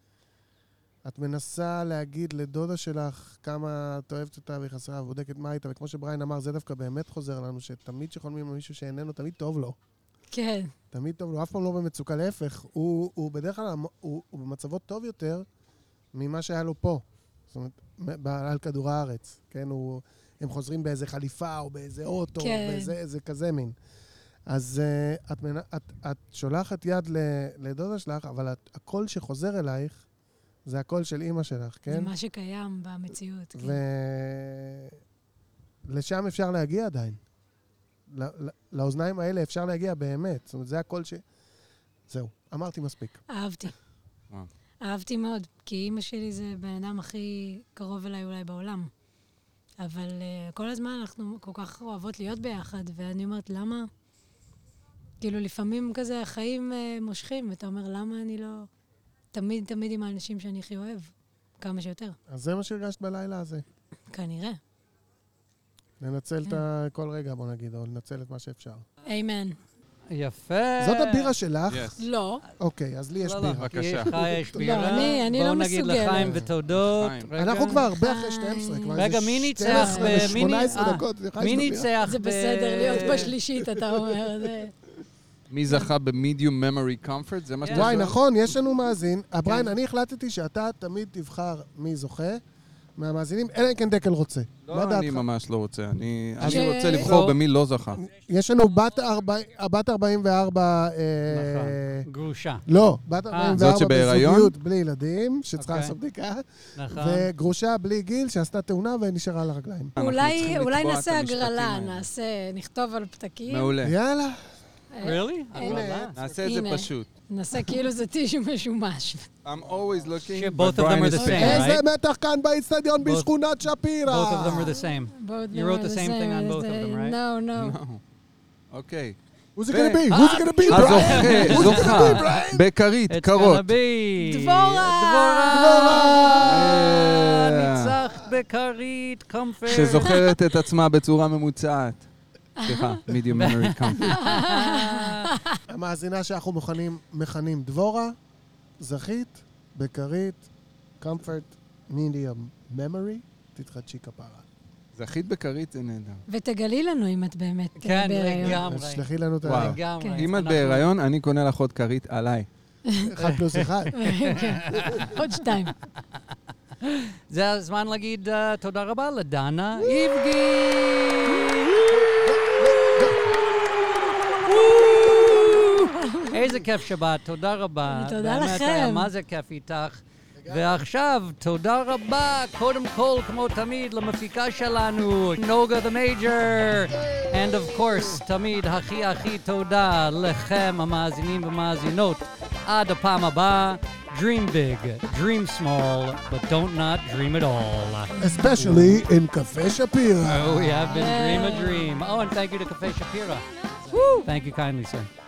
Speaker 1: את מנסה להגיד לדודה שלך כמה את אוהבת אותה והיא חסרה ובודקת מה איתה, וכמו שבריין אמר, זה דווקא באמת חוזר לנו, שתמיד שחולמים על מישהו שאיננו, תמיד טוב לו.
Speaker 5: כן.
Speaker 1: תמיד טוב לו, אף פעם לא במצוקה, להפך. הוא, הוא בדרך כלל, הוא, הוא במצבו טוב יותר ממה שהיה לו פה. זאת אומרת, ב- על כדור הארץ, כן? הוא, הם חוזרים באיזה חליפה או באיזה אוטו,
Speaker 5: כן.
Speaker 1: או באיזה איזה כזה מין. אז uh, את, מנ... את, את שולחת יד ל... לדודה שלך, אבל את, הקול שחוזר אלייך, זה הקול של אימא שלך,
Speaker 5: זה
Speaker 1: כן?
Speaker 5: מה שקיים במציאות. כן.
Speaker 1: ולשם אפשר להגיע עדיין. ל... ל... לאוזניים האלה אפשר להגיע באמת. זאת אומרת, זה הקול ש... זהו, אמרתי מספיק.
Speaker 5: אהבתי.
Speaker 2: וואו.
Speaker 5: אהבתי מאוד, כי אימא שלי זה בן אדם הכי קרוב אליי אולי בעולם. אבל uh, כל הזמן אנחנו כל כך אוהבות להיות ביחד, ואני אומרת, למה? כאילו, לפעמים כזה החיים uh, מושכים, ואתה אומר, למה אני לא... תמיד, תמיד עם האנשים שאני הכי אוהב, כמה שיותר.
Speaker 1: אז זה מה שהרגשת בלילה הזה.
Speaker 5: כנראה.
Speaker 1: לנצל את
Speaker 5: כן.
Speaker 1: ה- כל רגע, בוא נגיד, או לנצל את מה שאפשר.
Speaker 5: אמן.
Speaker 4: יפה.
Speaker 1: זאת הבירה שלך?
Speaker 2: Yes.
Speaker 5: לא.
Speaker 1: אוקיי, אז לי יש
Speaker 4: לא, לא,
Speaker 1: בירה.
Speaker 4: כי יש
Speaker 2: בבקשה.
Speaker 4: לך, יש בירה.
Speaker 5: אני- אני לא
Speaker 4: בואו נגיד
Speaker 5: מסוגלת.
Speaker 4: לחיים ותודות.
Speaker 2: לחיים.
Speaker 4: רגע.
Speaker 1: אנחנו כבר הרבה אחרי שתים עשרה, כבר
Speaker 4: רגע,
Speaker 1: איזה
Speaker 4: מי
Speaker 1: שתים
Speaker 4: ניצח
Speaker 1: עשרה
Speaker 4: ב- מי
Speaker 1: ושמונה עשרה
Speaker 4: אה,
Speaker 1: דקות. סליחה,
Speaker 4: מי
Speaker 1: יש לו בירה.
Speaker 4: ניצח
Speaker 5: זה
Speaker 4: ב-
Speaker 5: בסדר להיות בשלישית, אתה אומר. זה...
Speaker 2: מי זכה במדיום ממורי קומפורט? זה מה שאתה
Speaker 1: וואי,
Speaker 2: שואל?
Speaker 1: נכון, יש לנו מאזין. הבריין,
Speaker 4: כן.
Speaker 1: אני החלטתי שאתה תמיד תבחר מי זוכה מהמאזינים, אלא אם כן דקל רוצה. מה
Speaker 2: לא, אני
Speaker 1: דעתך?
Speaker 2: ממש לא רוצה. אני
Speaker 1: אז-
Speaker 2: אני רוצה
Speaker 5: ש-
Speaker 2: לבחור
Speaker 4: לא.
Speaker 2: במי לא זכה.
Speaker 1: יש לנו בת ארבע- בת ארבעים וארבע... אה,
Speaker 4: נכון, גרושה.
Speaker 1: לא, בת ארבעים
Speaker 2: זאת
Speaker 1: וארבע
Speaker 2: שבהיריון?
Speaker 1: בזוגיות בלי ילדים, שצריכה
Speaker 4: אוקיי.
Speaker 1: לעשות בדיקה,
Speaker 4: נכון.
Speaker 1: וגרושה בלי גיל שעשתה תאונה ונשארה על הרגליים.
Speaker 2: אנחנו
Speaker 5: אולי,
Speaker 2: צריכים
Speaker 5: אולי
Speaker 2: לקבוע את
Speaker 5: נעשה
Speaker 2: המשפטים
Speaker 5: הגרלה,
Speaker 2: האלה.
Speaker 5: נעשה, נכתוב על פתקים.
Speaker 2: מעולה.
Speaker 1: יאללה.
Speaker 5: אה,
Speaker 4: really?
Speaker 5: הנה.
Speaker 4: הגרלה.
Speaker 2: נעשה את זה
Speaker 5: הנה.
Speaker 2: פשוט.
Speaker 5: נעשה כאילו זה טישו משומש.
Speaker 2: I'm always looking,
Speaker 4: Sh-
Speaker 2: but
Speaker 4: both of them
Speaker 2: Brian
Speaker 4: are
Speaker 2: is
Speaker 4: the same,
Speaker 2: paying.
Speaker 4: right?
Speaker 1: איזה מתח כאן באצטדיון
Speaker 4: Both-
Speaker 1: בשכונת שפירא.
Speaker 4: Both of them are the same.
Speaker 5: Both
Speaker 4: You
Speaker 5: them
Speaker 4: wrote
Speaker 5: are
Speaker 4: the same thing on both of them, right?
Speaker 5: No, no.
Speaker 2: No. אוקיי.
Speaker 1: Who's it
Speaker 2: ו-
Speaker 1: gonna be? Who's it gonna be, Brian?
Speaker 2: הזוכה, זוכה, בכרית,
Speaker 4: It's
Speaker 2: קרות.
Speaker 4: gonna be...
Speaker 5: דבורה!
Speaker 4: דבורה!
Speaker 2: אה.
Speaker 4: ניצחת בכרית, קומפרט.
Speaker 2: שזוכרת את עצמה בצורה ממוצעת. סליחה, medium memory comfort.
Speaker 1: המאזינה שאנחנו מוכנים, מכנים דבורה, זכית, בכרית, comfort, medium memory, תתחדשי כפרה.
Speaker 2: זכית בכרית זה נהדר.
Speaker 5: ותגלי לנו אם את באמת אה,
Speaker 4: כן,
Speaker 5: בהיריון.
Speaker 4: לגמרי.
Speaker 1: אז שלחי לנו את ה...
Speaker 2: וואו.
Speaker 4: לגמרי.
Speaker 5: כן.
Speaker 2: אם את
Speaker 4: אנחנו-
Speaker 2: בהיריון, אני קונה לך עוד כרית עליי.
Speaker 1: אחד פלוס אחד.
Speaker 5: כן. עוד שתיים.
Speaker 4: זה הזמן להגיד אה, תודה רבה לדנה איבגי. איזה כיף שבאת, תודה רבה.
Speaker 5: תודה
Speaker 4: באמת היה
Speaker 5: לכם.
Speaker 4: מה זה כיף איתך. ועכשיו, תודה רבה, קודם כל, כמו תמיד, למפיקה שלנו, נוגה the Major. And of course, תמיד הכי הכי תודה לכם, המאזינים ומאזינות, עד הפעם הבאה, dream big, dream small, but don't not dream at all.
Speaker 1: Especially in Cafe Shapira.
Speaker 4: Oh, we have been Dream a Dream. Oh, and thank you to Cafe Shapira. Woo! Thank you kindly, sir.